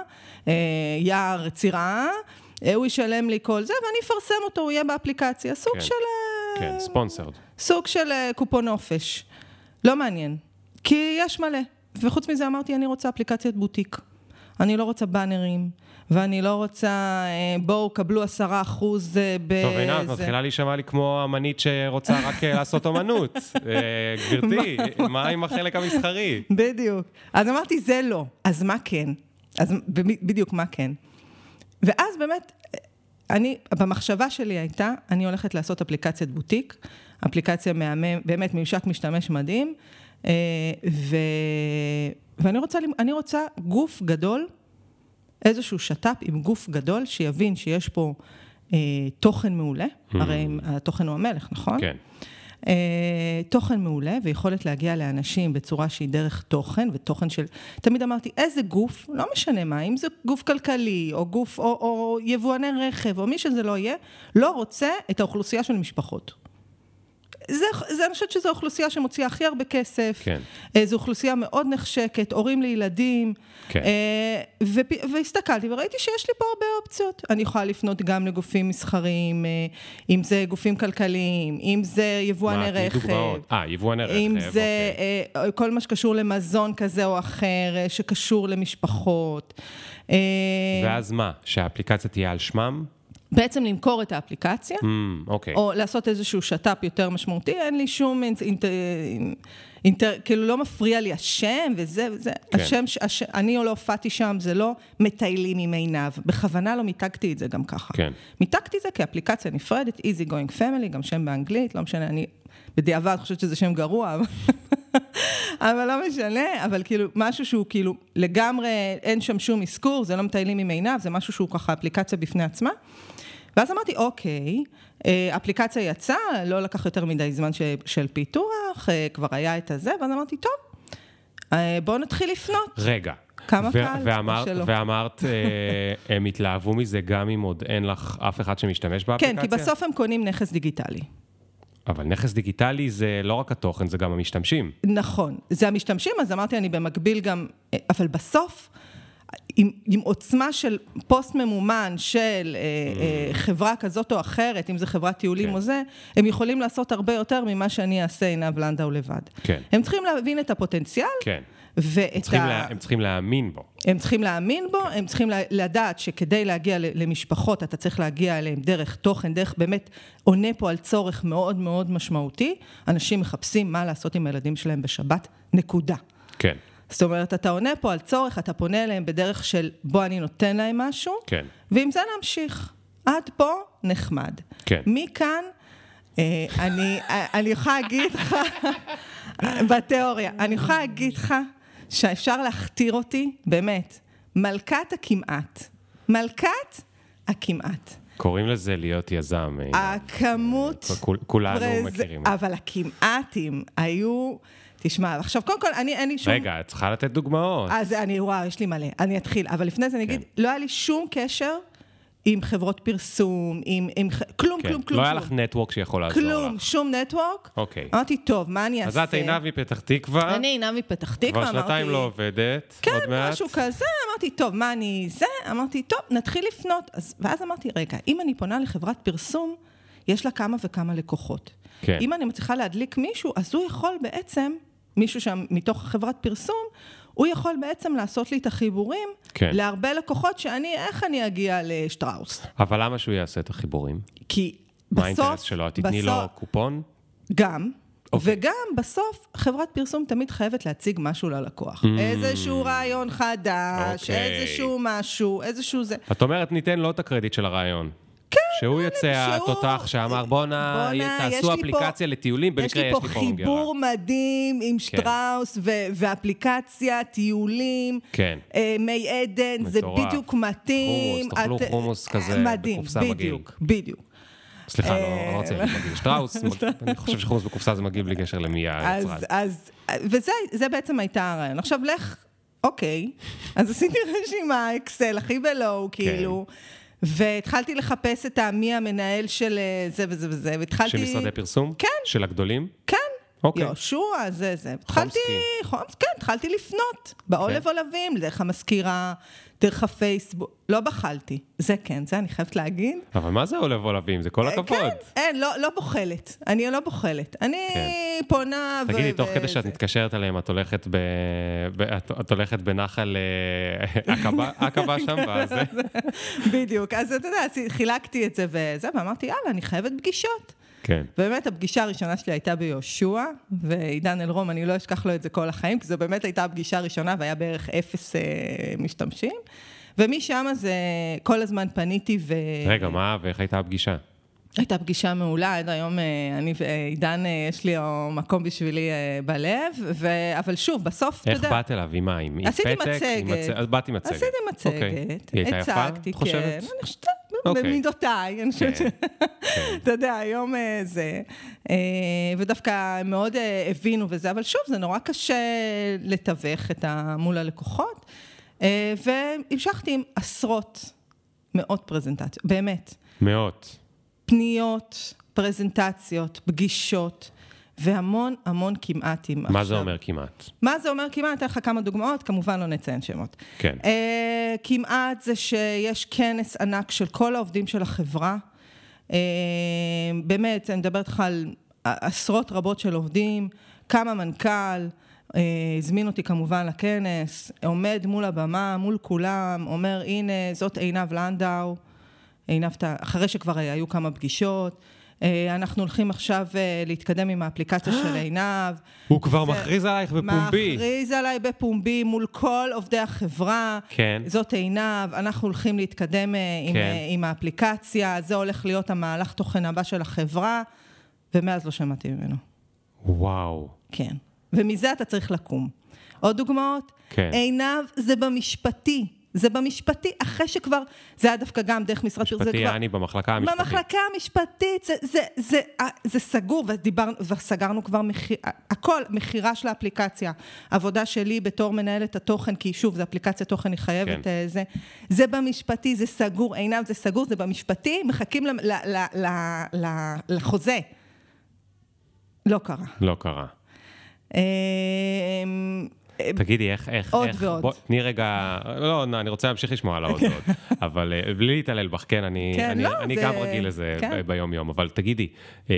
יער צירה, הוא ישלם לי כל זה, ואני אפרסם אותו, הוא יהיה באפליקציה. סוג של... כן, ספונסרד. סוג של קופון אופש. לא מעניין. כי יש מלא. וחוץ מזה אמרתי, אני רוצה אפליקציית בוטיק. אני לא רוצה באנרים. ואני לא רוצה, בואו, קבלו עשרה אחוז ב... טוב, עינת, מתחילה להישמע לי כמו אמנית שרוצה רק לעשות אומנות. גברתי, מה עם החלק המסחרי? בדיוק. אז אמרתי, זה לא. אז מה כן? אז בדיוק מה כן? ואז באמת, אני, במחשבה שלי הייתה, אני הולכת לעשות אפליקציית בוטיק, אפליקציה מהמם, באמת ממשק משתמש מדהים, ו... ואני רוצה, אני רוצה גוף גדול, איזשהו שטאפ עם גוף גדול, שיבין שיש פה אה, תוכן מעולה, הרי התוכן הוא המלך, נכון? כן. אה, תוכן מעולה, ויכולת להגיע לאנשים בצורה שהיא דרך תוכן, ותוכן של, תמיד אמרתי, איזה גוף, לא משנה מה, אם זה גוף כלכלי, או גוף, או, או יבואני רכב, או מי שזה לא יהיה, לא רוצה את האוכלוסייה של משפחות. זה, זה, אני חושבת שזו אוכלוסייה שמוציאה הכי הרבה כסף, כן. זו אוכלוסייה מאוד נחשקת, הורים לילדים, כן. ו, והסתכלתי וראיתי שיש לי פה הרבה אופציות. אני יכולה לפנות גם לגופים מסחריים, אם זה גופים כלכליים, אם זה יבואני רכב. אה, יבואני רכב, אם זה אוקיי. כל מה שקשור למזון כזה או אחר, שקשור למשפחות. ואז מה? שהאפליקציה תהיה על שמם? בעצם למכור את האפליקציה, mm, okay. או לעשות איזשהו שטאפ יותר משמעותי, אין לי שום אינטר... אינטר... כאילו לא מפריע לי השם וזה וזה. כן. השם, הש... אני לא הופעתי שם, זה לא מטיילים עם עיניו. בכוונה לא מיתגתי את זה גם ככה. כן. מיתגתי את זה כאפליקציה נפרדת, easy going family, גם שם באנגלית, לא משנה, אני בדיעבד חושבת שזה שם גרוע, אבל... אבל לא משנה, אבל כאילו משהו שהוא כאילו לגמרי, אין שם שום מסקור, זה לא מטיילים עם עיניו, זה משהו שהוא ככה אפליקציה בפני עצמה. ואז אמרתי, אוקיי, אפליקציה יצאה, לא לקח יותר מדי זמן של פיתוח, כבר היה את הזה, ואז אמרתי, טוב, בואו נתחיל לפנות. רגע. כמה קל? ואמרת, הם התלהבו מזה גם אם עוד אין לך אף אחד שמשתמש באפליקציה? כן, כי בסוף הם קונים נכס דיגיטלי. אבל נכס דיגיטלי זה לא רק התוכן, זה גם המשתמשים. נכון, זה המשתמשים, אז אמרתי, אני במקביל גם, אבל בסוף, עם, עם עוצמה של פוסט ממומן של אה, אה, חברה כזאת או אחרת, אם זה חברת טיולים כן. או זה, הם יכולים לעשות הרבה יותר ממה שאני אעשה עינב לנדאו לבד. כן. הם צריכים להבין את הפוטנציאל, כן. ואת הם צריכים, ה... לה... הם צריכים להאמין בו. הם צריכים להאמין בו, כן. הם צריכים לדעת שכדי להגיע למשפחות, אתה צריך להגיע אליהם דרך תוכן, דרך באמת עונה פה על צורך מאוד מאוד משמעותי. אנשים מחפשים מה לעשות עם הילדים שלהם בשבת, נקודה. כן. זאת אומרת, אתה עונה פה על צורך, אתה פונה אליהם בדרך של בוא אני נותן להם משהו, כן. ועם זה נמשיך. עד פה נחמד. כן. מכאן, אה, אני, אני יכולה להגיד לך, בתיאוריה, אני יכולה להגיד לך, שאפשר להכתיר אותי, באמת, מלכת הכמעט. מלכת הכמעט. קוראים לזה להיות יזם. הכמות... כולנו מכירים. אבל הכמעטים היו... תשמע, עכשיו, קודם כל, אני אין לי שום... רגע, את צריכה לתת דוגמאות. אז אני, וואו, יש לי מלא. אני אתחיל. אבל לפני זה אני אגיד, לא היה לי שום קשר עם חברות פרסום, עם, עם כלום, כלום, כלום. לא היה לך נטוורק שיכול לעזור לך. כלום, שום נטוורק. אוקיי. אמרתי, טוב, מה אני אעשה? אז את עינב מפתח תקווה. אני עינב מפתח תקווה, כבר שנתיים לא עובדת, עוד מעט. כן, משהו כזה. אמרתי, טוב, מה אני זה? אמרתי, טוב, נתחיל לפנות. ואז אמרתי, רגע, אם אני פונה לחברת פרסום, יש לה כמה וכמה לקוחות. כן. אם אני מצליחה להדליק מישהו, אז הוא יכול בעצם, מישהו שם מתוך חברת פרסום, הוא יכול בעצם לעשות לי את החיבורים כן. להרבה לקוחות שאני, איך אני אגיע לשטראוס. אבל למה שהוא יעשה את החיבורים? כי מה בסוף... מה האינטרס שלו? תתני בסוף, לו קופון? גם. Okay. וגם בסוף חברת פרסום תמיד חייבת להציג משהו ללקוח. Mm. איזשהו רעיון חדש, okay. איזשהו משהו, איזשהו זה. את אומרת, ניתן לו את הקרדיט של הרעיון. כן. שהוא יוצא התותח שאמר, בוא נע, תעשו אפליקציה פה, לטיולים, במקרה יש לי פה חיבור גירה. מדהים עם שטראוס כן. ו- ואפליקציה, טיולים, כן. אה, מי עדן, זה בדיוק מתאים. חומוס, תאכלו את... חומוס כזה מדהים, בקופסה מגיל. בדיוק, בדיוק. סליחה, לא רוצה להגיד מגיל. שטראוס, אני חושב שחומוס בקופסה זה מגיל בלי קשר למי היצרן. אז, וזה בעצם הייתה הרעיון. עכשיו לך, אוקיי, אז עשיתי רשימה, אקסל, הכי בלואו, כאילו, והתחלתי לחפש את מי המנהל של זה וזה וזה, והתחלתי... של משרדי פרסום? כן. של הגדולים? כן. אוקיי. יהושע, זה, זה. התחלתי, חומסקי. כן, התחלתי לפנות, בעולב עולבים, דרך המזכירה, דרך הפייסבוק, לא בחלתי. זה כן, זה אני חייבת להגיד. אבל מה זה עולב עולבים? זה כל הכבוד. כן, אין, לא, לא בוחלת. אני לא בוחלת. אני כן. פונה ו... תגידי, תוך כדי שאת מתקשרת עליהם, את הולכת ב... את, את הולכת בנחל עקבה, עקבה שם, וזה. בדיוק. אז אתה יודע, חילקתי את זה וזה, ואמרתי, יאללה, אני חייבת פגישות. כן. באמת הפגישה הראשונה שלי הייתה ביהושע, ועידן אלרום, אני לא אשכח לו את זה כל החיים, כי זו באמת הייתה הפגישה הראשונה, והיה בערך אפס אה, משתמשים, ומשם זה כל הזמן פניתי ו... רגע, מה, ואיך הייתה הפגישה? הייתה פגישה מעולה, עד היום אני ועידן, יש לי מקום בשבילי בלב, ו... אבל שוב, בסוף, אתה יודע... איך באת אליו? עם מה? עם פתק? עשיתי מצגת. אז באתי מצגת. עשיתי מצגת. היא הייתה יפה, את חושבת? כן, אני חושבת... במידותיי, אני חושבת ש... אתה יודע, היום זה... ודווקא מאוד הבינו וזה, אבל שוב, זה נורא קשה לתווך את מול הלקוחות, והמשכתי עם עשרות, מאות פרזנטציות, באמת. מאות. פניות, פרזנטציות, פגישות, והמון המון כמעטים. מה זה אומר כמעט? מה זה אומר כמעט? אתן לך כמה דוגמאות, כמובן לא נציין שמות. כן. Uh, כמעט זה שיש כנס ענק של כל העובדים של החברה. Uh, באמת, אני מדברת לך על עשרות רבות של עובדים, כמה מנכ"ל, uh, הזמין אותי כמובן לכנס, עומד מול הבמה, מול כולם, אומר, הנה, זאת עינב לנדאו, עינב, אחרי שכבר היו כמה פגישות, אנחנו הולכים עכשיו להתקדם עם האפליקציה של עינב. הוא כבר מכריז עלייך בפומבי. מכריז עליי בפומבי מול כל עובדי החברה. כן. זאת עינב, אנחנו הולכים להתקדם עם, כן. עם האפליקציה, זה הולך להיות המהלך תוכן הבא של החברה, ומאז לא שמעתי ממנו. וואו. כן. ומזה אתה צריך לקום. עוד דוגמאות? כן. עינב זה במשפטי. זה במשפטי, אחרי שכבר, זה היה דווקא גם דרך משרד פרסום. משפטי, אני במחלקה המשפטית. במחלקה המשפטית, זה, זה, זה, זה סגור, ודיברנו, וסגרנו כבר מחיר, הכל, מחירה של האפליקציה. עבודה שלי בתור מנהלת התוכן, כי שוב, זה אפליקציה תוכן, היא חייבת, כן. זה, זה במשפטי, זה סגור, עינב זה סגור, זה במשפטי, מחכים ל, ל, ל, ל, ל, לחוזה. לא קרה. לא קרה. תגידי, איך, איך, עוד איך, ועוד. בוא, תני רגע, לא, לא, אני רוצה להמשיך לשמוע על העוד ועוד, אבל בלי להתעלל בך, כן, אני, כן, אני, לא, אני זה... גם רגיל לזה כן. ביום יום, אבל תגידי, אה,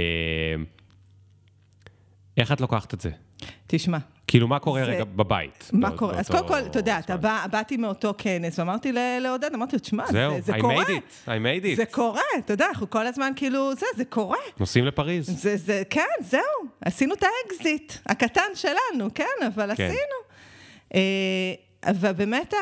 איך את לוקחת את זה? תשמע. כאילו, מה קורה זה... רגע בבית? מה בא, קורה? אז קודם כל, אתה יודע, אתה בא, באתי מאותו כנס, ואמרתי לעודד, אמרתי, תשמע, זה, זה I קורה. made it, I made it. זה קורה, אתה יודע, אנחנו כל הזמן כאילו, זה, זה קורה. נוסעים לפריז. זה, זה, כן, זהו, עשינו את האקזיט, הקטן שלנו, כן, אבל כן. עשינו. ובאמת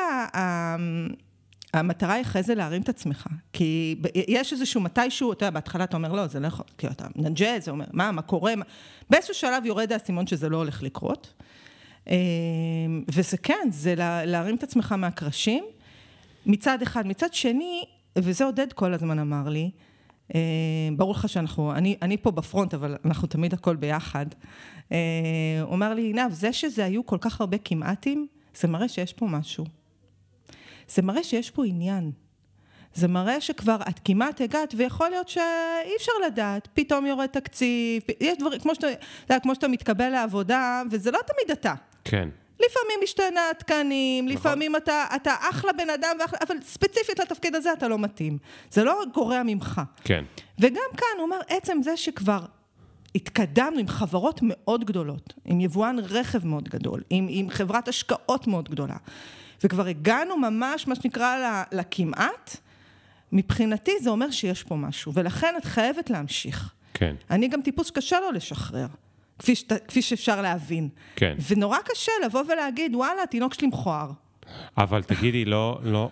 המטרה היא אחרי זה להרים את עצמך, כי יש איזשהו מתישהו, אתה יודע, בהתחלה אתה אומר, לא, זה לא יכול, כי אתה נג'ה, זה אומר, מה, מה קורה, באיזשהו שלב יורד הסימון שזה לא הולך לקרות, וזה כן, זה להרים את עצמך מהקרשים, מצד אחד, מצד שני, וזה עודד כל הזמן אמר לי, ברור לך שאנחנו, אני, אני פה בפרונט, אבל אנחנו תמיד הכל ביחד. הוא אומר לי, עינב, זה שזה היו כל כך הרבה כמעטים, זה מראה שיש פה משהו. זה מראה שיש פה עניין. זה מראה שכבר את כמעט הגעת, ויכול להיות שאי אפשר לדעת, פתאום יורד תקציב, יש דברים, כמו שאתה, כמו שאתה מתקבל לעבודה, וזה לא תמיד אתה. כן. לפעמים משתנה תקנים, לפעמים אתה, אתה אחלה בן אדם, אבל ספציפית לתפקיד הזה אתה לא מתאים. זה לא גורע ממך. כן. וגם כאן הוא אומר, עצם זה שכבר התקדמנו עם חברות מאוד גדולות, עם יבואן רכב מאוד גדול, עם, עם חברת השקעות מאוד גדולה, וכבר הגענו ממש, מה שנקרא, לכמעט, מבחינתי זה אומר שיש פה משהו, ולכן את חייבת להמשיך. כן. אני גם טיפוס שקשה לו לשחרר. כפי, ש... כפי שאפשר להבין. כן. ונורא קשה לבוא ולהגיד, וואלה, התינוק שלי מכוער. אבל תגידי, לא, לא,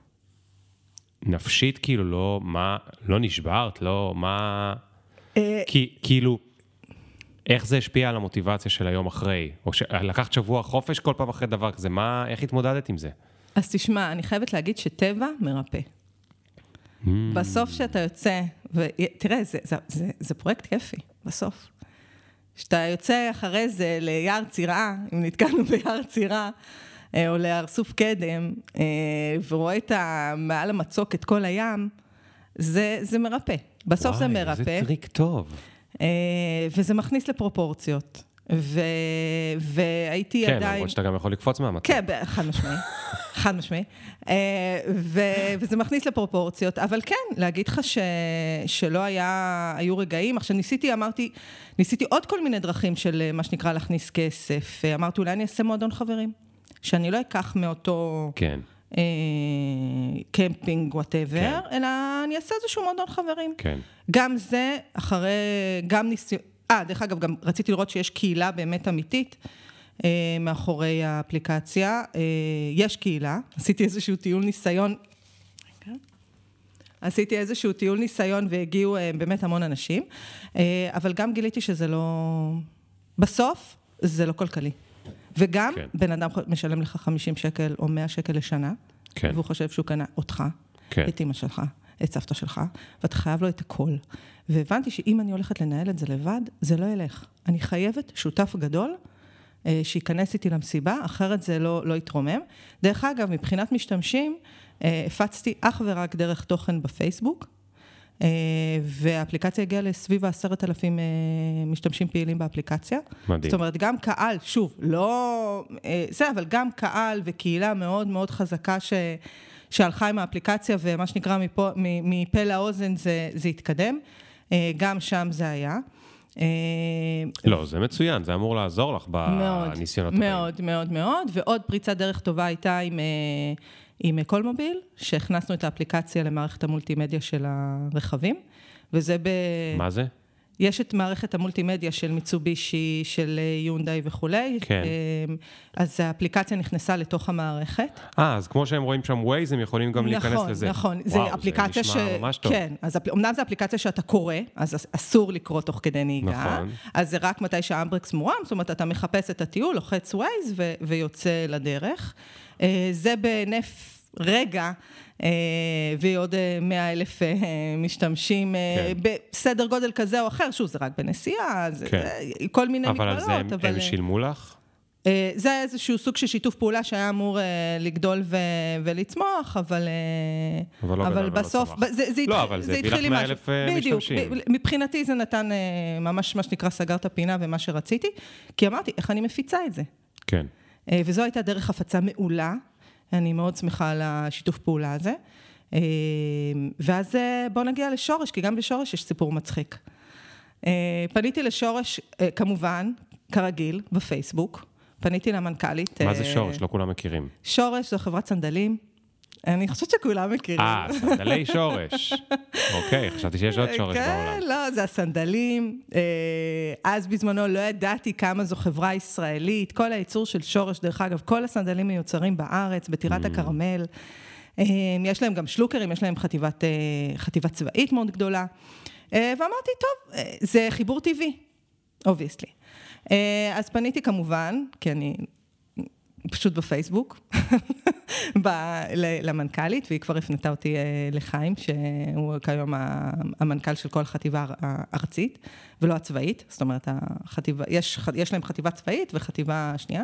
נפשית כאילו לא, מה, לא נשברת, לא, מה, כי, כאילו, איך זה השפיע על המוטיבציה של היום אחרי? או לקחת שבוע חופש כל פעם אחרי דבר כזה, מה, איך התמודדת עם זה? אז תשמע, אני חייבת להגיד שטבע מרפא. Mm. בסוף שאתה יוצא, ותראה, זה, זה, זה, זה פרויקט כיפי, בסוף. שאתה יוצא אחרי זה ליער צירה, אם נתקענו ביער צירה, או ליער סוף קדם, ורואה את מעל המצוק את כל הים, זה, זה מרפא. בסוף וואי, זה מרפא. זה טריק טוב. וזה מכניס לפרופורציות. ו... והייתי כן, עדיין... כן, למרות שאתה גם יכול לקפוץ מהמצוק. כן, חד משמעי. חד משמעי. ו... וזה מכניס לפרופורציות, אבל כן, להגיד לך ש... שלא היה... היו רגעים, עכשיו ניסיתי, אמרתי, ניסיתי עוד כל מיני דרכים של מה שנקרא להכניס כסף. אמרתי, אולי אני אעשה מועדון חברים, שאני לא אקח מאותו... כן. קמפינג, whatever, אלא אני אעשה איזשהו מועדון חברים. כן. גם זה, אחרי, גם ניסיון... אה, דרך אגב, גם רציתי לראות שיש קהילה באמת אמיתית אה, מאחורי האפליקציה. אה, יש קהילה, עשיתי איזשהו טיול ניסיון, רגע. עשיתי איזשהו טיול ניסיון והגיעו אה, באמת המון אנשים, אה, אבל גם גיליתי שזה לא... בסוף, זה לא כלכלי. וגם כן. בן אדם משלם לך חמישים שקל או מאה שקל לשנה, כן. והוא חושב שהוא קנה אותך, כן. את אמא שלך, את סבתא שלך, ואתה חייב לו את הכל. והבנתי שאם אני הולכת לנהל את זה לבד, זה לא ילך. אני חייבת שותף גדול, שיכנס איתי למסיבה, אחרת זה לא, לא יתרומם. דרך אגב, מבחינת משתמשים, הפצתי אך ורק דרך תוכן בפייסבוק, והאפליקציה הגיעה לסביב עשרת אלפים משתמשים פעילים באפליקציה. מדהים. זאת אומרת, גם קהל, שוב, לא... זה, אבל גם קהל וקהילה מאוד מאוד חזקה ש... שהלכה עם האפליקציה, ומה שנקרא מפה, מפה לאוזן זה, זה התקדם. גם שם זה היה. לא, זה מצוין, זה אמור לעזור לך בניסיונות. מאוד, מאוד, מאוד, מאוד, ועוד פריצת דרך טובה הייתה עם, עם כל מוביל, שהכנסנו את האפליקציה למערכת המולטימדיה של הרכבים, וזה ב... מה זה? יש את מערכת המולטימדיה של מיצובישי, של יונדאי וכולי. כן. אז האפליקציה נכנסה לתוך המערכת. אה, אז כמו שהם רואים שם ווייז, הם יכולים גם להיכנס נכון, לזה. נכון, נכון. וואו, זה אפליקציה ש... נשמע ממש טוב. כן, אז אמנם זו אפליקציה שאתה קורא, אז אסור לקרוא תוך כדי נהיגה. נכון. אז זה רק מתי שהאמברקס מורם, זאת אומרת, אתה מחפש את הטיול, לוחץ ווייז ו... ויוצא לדרך. זה בנף רגע, והיא עוד מאה אלף משתמשים בסדר גודל כזה או אחר, שוב, זה רק בנסיעה, כל מיני מגבלות. אבל על זה הם שילמו לך? זה איזשהו סוג של שיתוף פעולה שהיה אמור לגדול ולצמוח, אבל אבל בסוף, לא, אבל זה הביא לך מאה אלף משתמשים. מבחינתי זה נתן ממש מה שנקרא סגר את הפינה ומה שרציתי, כי אמרתי, איך אני מפיצה את זה? כן. וזו הייתה דרך הפצה מעולה, אני מאוד שמחה על השיתוף פעולה הזה. ואז בואו נגיע לשורש, כי גם בשורש יש סיפור מצחיק. פניתי לשורש, כמובן, כרגיל, בפייסבוק. פניתי למנכ"לית. מה זה שורש? לא כולם מכירים. שורש זו חברת סנדלים. אני חושבת שכולם מכירים. אה, סנדלי שורש. אוקיי, חשבתי שיש עוד שורש בעולם. כן, לא, זה הסנדלים. אז בזמנו לא ידעתי כמה זו חברה ישראלית. כל הייצור של שורש, דרך אגב, כל הסנדלים מיוצרים בארץ, בטירת הכרמל. יש להם גם שלוקרים, יש להם חטיבת, חטיבת צבאית מאוד גדולה. ואמרתי, טוב, זה חיבור טבעי, obviously. אז פניתי כמובן, כי אני פשוט בפייסבוק, למנכ"לית, והיא כבר הפנתה אותי לחיים, שהוא כיום המנכ"ל של כל חטיבה הארצית, ולא הצבאית, זאת אומרת, החטיבה, יש, יש להם חטיבה צבאית וחטיבה שנייה.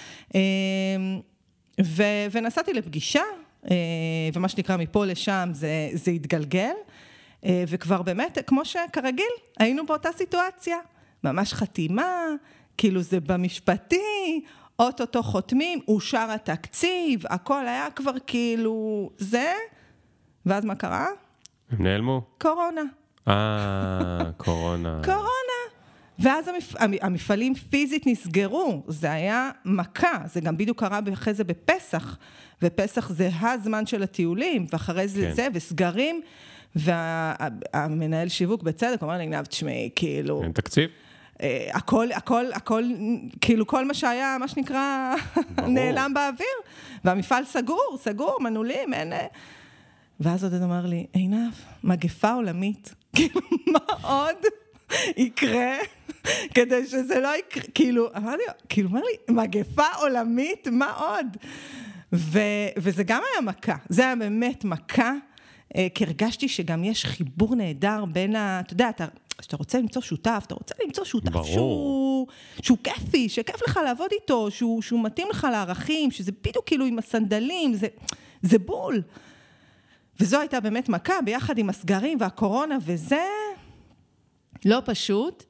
ו, ונסעתי לפגישה, ומה שנקרא מפה לשם זה, זה התגלגל, וכבר באמת, כמו שכרגיל, היינו באותה סיטואציה, ממש חתימה, כאילו זה במשפטי, אוטוטו חותמים, אושר התקציב, הכל היה כבר כאילו זה, ואז מה קרה? הם נעלמו? קורונה. אה, קורונה. קורונה. ואז המפ... המפעלים פיזית נסגרו, זה היה מכה, זה גם בדיוק קרה אחרי זה בפסח, ופסח זה הזמן של הטיולים, ואחרי זה כן. זה, וסגרים, והמנהל שיווק בצדק אומר לי, נאב, תשמעי, כאילו... אין תקציב? הכל, הכל, הכל, כאילו כל מה שהיה, מה שנקרא, נעלם באוויר, והמפעל סגור, סגור, מנעולים, אין... ואז עודד אמר לי, עינב, מגפה עולמית, כאילו, מה עוד יקרה, כדי שזה לא יקרה, כאילו, אמר לי, כאילו, אמר לי, מגפה עולמית, מה עוד? ו, וזה גם היה מכה, זה היה באמת מכה, כי הרגשתי שגם יש חיבור נהדר בין ה... אתה יודע, אתה... שאתה רוצה למצוא שותף, אתה רוצה למצוא שותף שהוא, שהוא כיפי, שכיף לך לעבוד איתו, שהוא, שהוא מתאים לך לערכים, שזה בדיוק כאילו עם הסנדלים, זה, זה בול. וזו הייתה באמת מכה, ביחד עם הסגרים והקורונה, וזה לא פשוט.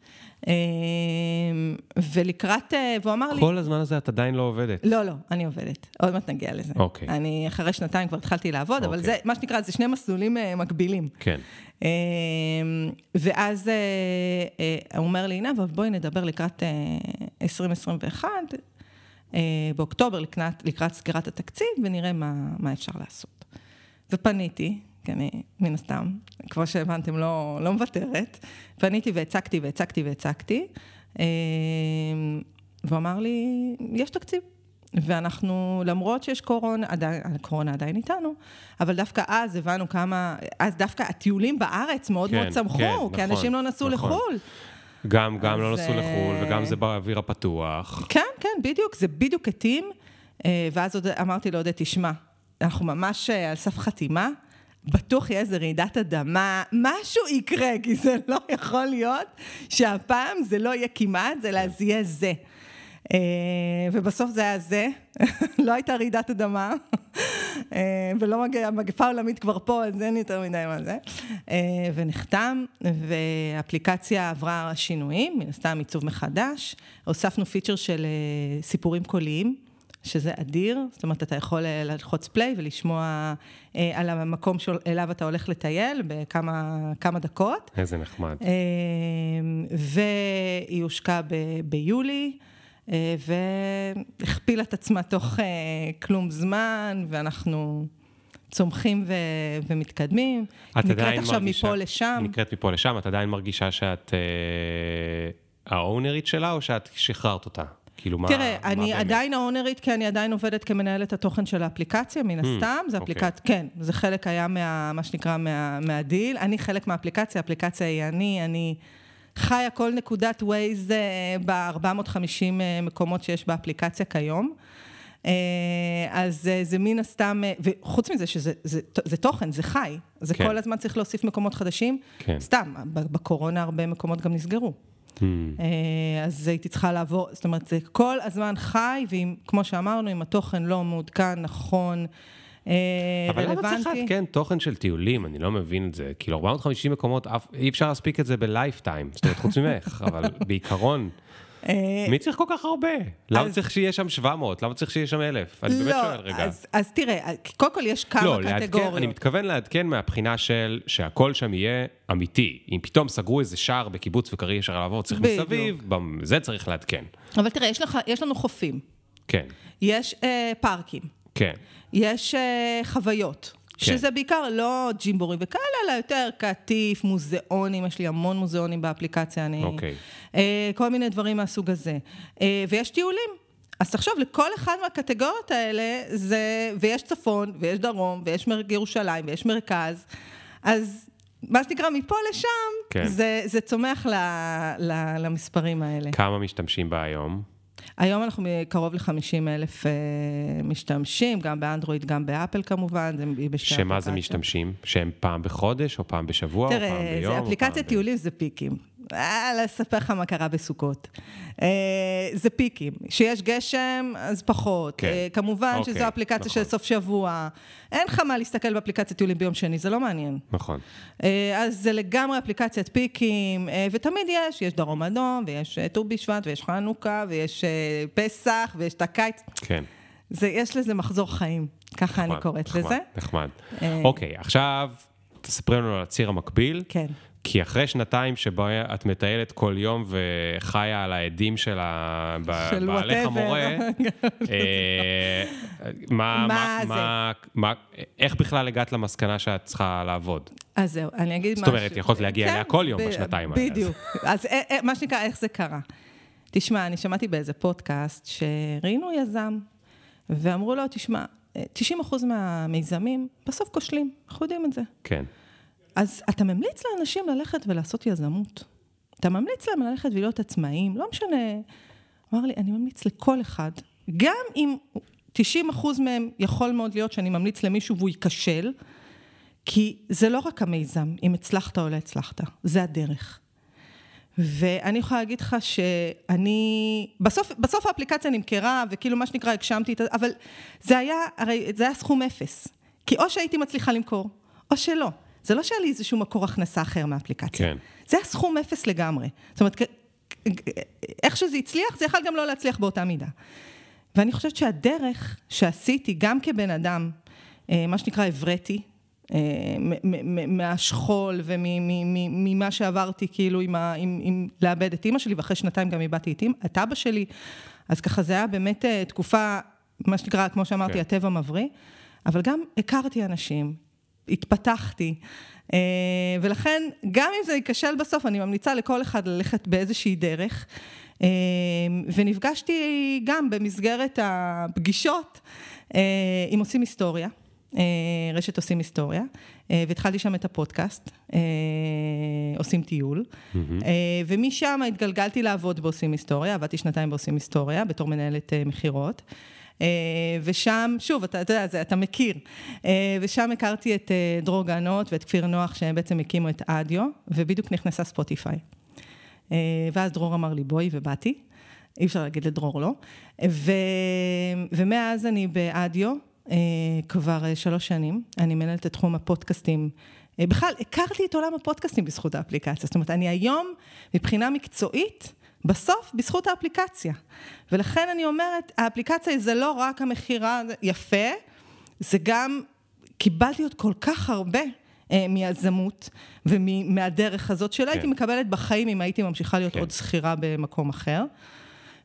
ולקראת, והוא אמר לי... כל הזמן הזה את עדיין לא עובדת. לא, לא, אני עובדת. עוד מעט נגיע לזה. אוקיי. אני אחרי שנתיים כבר התחלתי לעבוד, אבל זה, מה שנקרא, זה שני מסלולים מקבילים. כן. ואז הוא אומר לי, אבל בואי נדבר לקראת עשרים עשרים ואחת, באוקטובר לקראת סגירת התקציב, ונראה מה, מה אפשר לעשות. ופניתי, כי אני מן הסתם, כבר שהבנתם, לא, לא מוותרת, פניתי והצקתי והצקתי והצקתי, והוא אמר לי, יש תקציב. ואנחנו, למרות שיש קורונה, עדיין, הקורונה עדיין איתנו, אבל דווקא אז הבנו כמה, אז דווקא הטיולים בארץ מאוד כן, מאוד צמחו, כן, כי נכון, אנשים לא נסעו נכון. לחול. גם, גם לא אז, נסעו לחול, וגם זה באוויר הפתוח. כן, כן, בדיוק, זה בדיוק התאים, ואז עוד, אמרתי לו, עוד תשמע, אנחנו ממש על סף חתימה, בטוח יהיה איזה רעידת אדמה, משהו יקרה, כי זה לא יכול להיות, שהפעם זה לא יהיה כמעט, זה לא יהיה זה. ובסוף זה היה זה, לא הייתה רעידת אדמה, ולא מגפה עולמית כבר פה, אז אין יותר מדי מה זה. ונחתם, והאפליקציה עברה שינויים, מן הסתם עיצוב מחדש, הוספנו פיצ'ר של סיפורים קוליים, שזה אדיר, זאת אומרת, אתה יכול ללחוץ פליי ולשמוע על המקום שאליו אתה הולך לטייל בכמה כמה דקות. איזה נחמד. והיא הושקע ב- ביולי, והכפילה את עצמה תוך כלום זמן, ואנחנו צומחים ו... ומתקדמים. נקראת עכשיו מרגישה, מפה לשם. נקראת מפה לשם, את עדיין מרגישה שאת אה, האונרית שלה, או שאת שחררת אותה? כאילו, מה, תראה, מה אני באמת? עדיין האונרית, כי אני עדיין עובדת כמנהלת התוכן של האפליקציה, מן הסתם, זה אפליקציה, כן, זה חלק היה מה, מה שנקרא מה, מהדיל, אני חלק מהאפליקציה, האפליקציה היא אני, אני חיה כל נקודת ווייז ב-ארבע מאות וחמישים מקומות שיש באפליקציה כיום, אז זה מן הסתם, וחוץ מזה שזה זה, זה תוכן, זה חי, זה כן. כל הזמן צריך להוסיף מקומות חדשים, כן. סתם, בקורונה הרבה מקומות גם נסגרו. אז הייתי צריכה לעבור, זאת אומרת, זה כל הזמן חי, וכמו שאמרנו, אם התוכן לא מעודכן, נכון, רלוונטי. אבל למה צריך לעדכן תוכן של טיולים? אני לא מבין את זה. כאילו, ארבע מאות וחמישים מקומות, אי אפשר להספיק את זה בלייפטיים, זאת אומרת, חוץ ממך, אבל בעיקרון, מי צריך כל כך הרבה? למה צריך שיהיה שם שבע מאות? למה צריך שיהיה שם אלף? אני באמת שואל רגע. אז תראה, קודם כל יש כמה קטגוריות. אני מתכוון לעדכן מהבחינה של שהכל שם יהיה אמיתי. אם פתאום סגרו איזה שער בקיבוץ וקרי ישר לעבור, צריך מסביב, זה צריך לעדכן. אבל תראה, יש לנו חופים. כן. יש פארקים. כן. יש חוויות. שזה בעיקר לא ג'ימבורים וכאלה, אלא יותר קטיף, מוזיאונים, יש לי המון מוזיאונים באפליקציה, אני... אוקיי. כל מיני דברים מהסוג הזה. ויש טיולים. אז תחשוב, לכל אחד מהקטגוריות האלה, זה... ויש צפון, ויש דרום, ויש ירושלים, ויש מרכז. אז מה שנקרא, מפה לשם, כן. זה, זה צומח ל, ל, למספרים האלה. כמה משתמשים בה היום? היום אנחנו קרוב ל-חמישים אלף משתמשים, גם באנדרואיד, גם באפל כמובן. שמה זה משתמשים? שהם פעם בחודש, או פעם בשבוע, או פעם ביום? תראה, אפליקציית טיולים זה פיקים. אה, לספר לך מה קרה בסוכות. זה פיקים. שיש גשם, אז פחות. כמובן שזו אפליקציה של סוף שבוע. אין לך מה להסתכל באפליקציית טיולים ביום שני, זה לא מעניין. נכון. אז זה לגמרי אפליקציית פיקים, ותמיד יש, יש דרום אדום, ויש ט"ו בשבט, ויש חנוכה, ויש פסח, ויש את הקיץ. כן. יש לזה מחזור חיים, ככה אני קוראת לזה. נחמד. אוקיי, עכשיו תספרי לנו על הציר המקביל. כן. כי אחרי שנתיים שבו את מטיילת כל יום וחיה על העדים של בעלך המורה, איך בכלל הגעת למסקנה שאת צריכה לעבוד? אז זהו, אני אגיד משהו. זאת אומרת, יכולת להגיע אליה כל יום בשנתיים האלה. בדיוק. אז מה שנקרא, איך זה קרה? תשמע, אני שמעתי באיזה פודקאסט שראינו יזם, ואמרו לו, תשמע, תשעים אחוז מהמיזמים בסוף כושלים, אנחנו יודעים את זה. כן. אז אתה ממליץ לאנשים ללכת ולעשות יזמות. אתה ממליץ להם ללכת ולהיות עצמאים, לא משנה. אמר לי, אני ממליץ לכל אחד, גם אם תשעים אחוז מהם יכול מאוד להיות שאני ממליץ למישהו והוא ייכשל, כי זה לא רק המיזם, אם הצלחת או לא הצלחת, זה הדרך. ואני יכולה להגיד לך שאני, בסוף, בסוף האפליקציה נמכרה, וכאילו מה שנקרא, הגשמתי את זה, אבל זה היה, הרי זה היה סכום אפס. כי או שהייתי מצליחה למכור, או שלא. זה לא שהיה לי איזשהו מקור הכנסה אחר מהאפליקציה. כן. זה היה סכום אפס לגמרי. זאת אומרת, איך שזה הצליח, זה יכול גם לא להצליח באותה מידה. ואני חושבת שהדרך שעשיתי, גם כבן אדם, מה שנקרא הבראתי, מהשכול וממה שעברתי, כאילו, עם לאבד את אמא שלי, ואחרי שנתיים גם איבדתי את אבא שלי, אז ככה זה היה באמת תקופה, מה שנקרא, כמו שאמרתי, הטבע מבריא, אבל גם הכרתי אנשים, התפתחתי, ולכן גם אם זה ייכשל בסוף, אני ממליצה לכל אחד ללכת באיזושהי דרך, ונפגשתי גם במסגרת הפגישות עם עושים היסטוריה, רשת עושים היסטוריה, והתחלתי שם את הפודקאסט, עושים טיול, ומשם התגלגלתי לעבוד בעושים היסטוריה, עבדתי שנתיים בעושים היסטוריה, בתור מנהלת מחירות, ושם, שוב, אתה, אתה יודע, אתה מכיר, ושם הכרתי את דרור גנות ואת כפיר נוח, שהם בעצם הקימו את אדיו, ובדיוק נכנסה ספוטיפיי. ואז דרור אמר לי, בואי, ובאתי, אי אפשר להגיד לדרור לא, ו, ומאז אני באדיו, כבר שלוש שנים, אני מנהלת את תחום הפודקאסטים, בכלל, הכרתי את עולם הפודקאסטים בזכות האפליקציה, זאת אומרת, אני היום, מבחינה מקצועית, בסוף, בזכות האפליקציה. ולכן אני אומרת, האפליקציה זה לא רק המחירה יפה, זה גם, קיבלתי עוד כל כך הרבה אה, מהזמות, ומהדרך הזאת, שלא כן. הייתי מקבלת בחיים, אם הייתי ממשיכה להיות כן. עוד שכירה במקום אחר.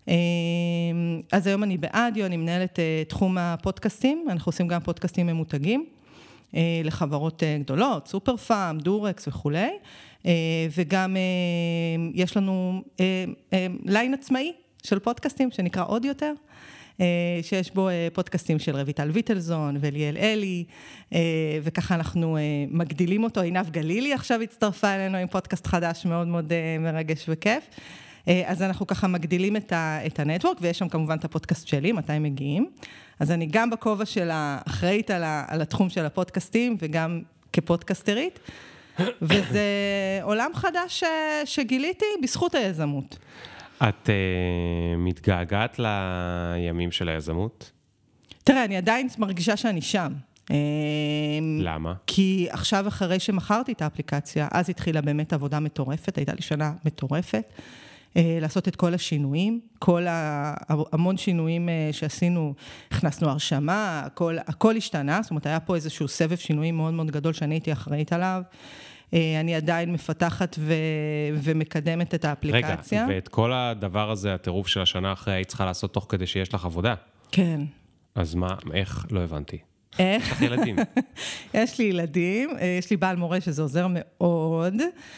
אז היום אני באדיו, אני מנהלת תחום הפודקאסטים, אנחנו עושים גם פודקאסטים ממותגים, לחברות גדולות, סופר פארם, דורקס וכו'. וגם יש לנו ליין עצמאי של פודקאסטים, שנקרא עוד יותר, שיש בו פודקאסטים של רויטל ויטלזון וליאל אלי, וככה אנחנו מגדילים אותו. עינב גלילי עכשיו הצטרפה אלינו עם פודקאסט חדש מאוד מאוד מרגש וכיף. אז אנחנו ככה מגדילים את הנטוורק, ויש שם כמובן את הפודקאסט שלי, מתי הם מגיעים. אז אני גם בכובע של האחראית על התחום של הפודקאסטים, וגם כפודקסטרית, וזה עולם חדש שגיליתי בזכות היזמות. את uh, מתגעגעת לימים של היזמות? תראה, אני עדיין מרגישה שאני שם. למה? כי עכשיו אחרי שמכרתי את האפליקציה, אז התחילה באמת עבודה מטורפת, הייתה לי שנה מטורפת, לעשות את כל השינויים, כל המון שינויים שעשינו, הכנסנו הרשמה, הכל, הכל השתנה, זאת אומרת, היה פה איזשהו סבב שינויים מאוד מאוד גדול שאני הייתי אחראית עליו, אני עדיין מפתחת ו... ומקדמת את האפליקציה. רגע, ואת כל הדבר הזה, הטירוף של השנה אחרי, היית צריכה לעשות תוך כדי שיש לך עבודה? כן. אז מה, איך? לא הבנתי. איך? יש לך ילדים. יש לי ילדים, יש לי בעל מורה שזה עוזר מאוד,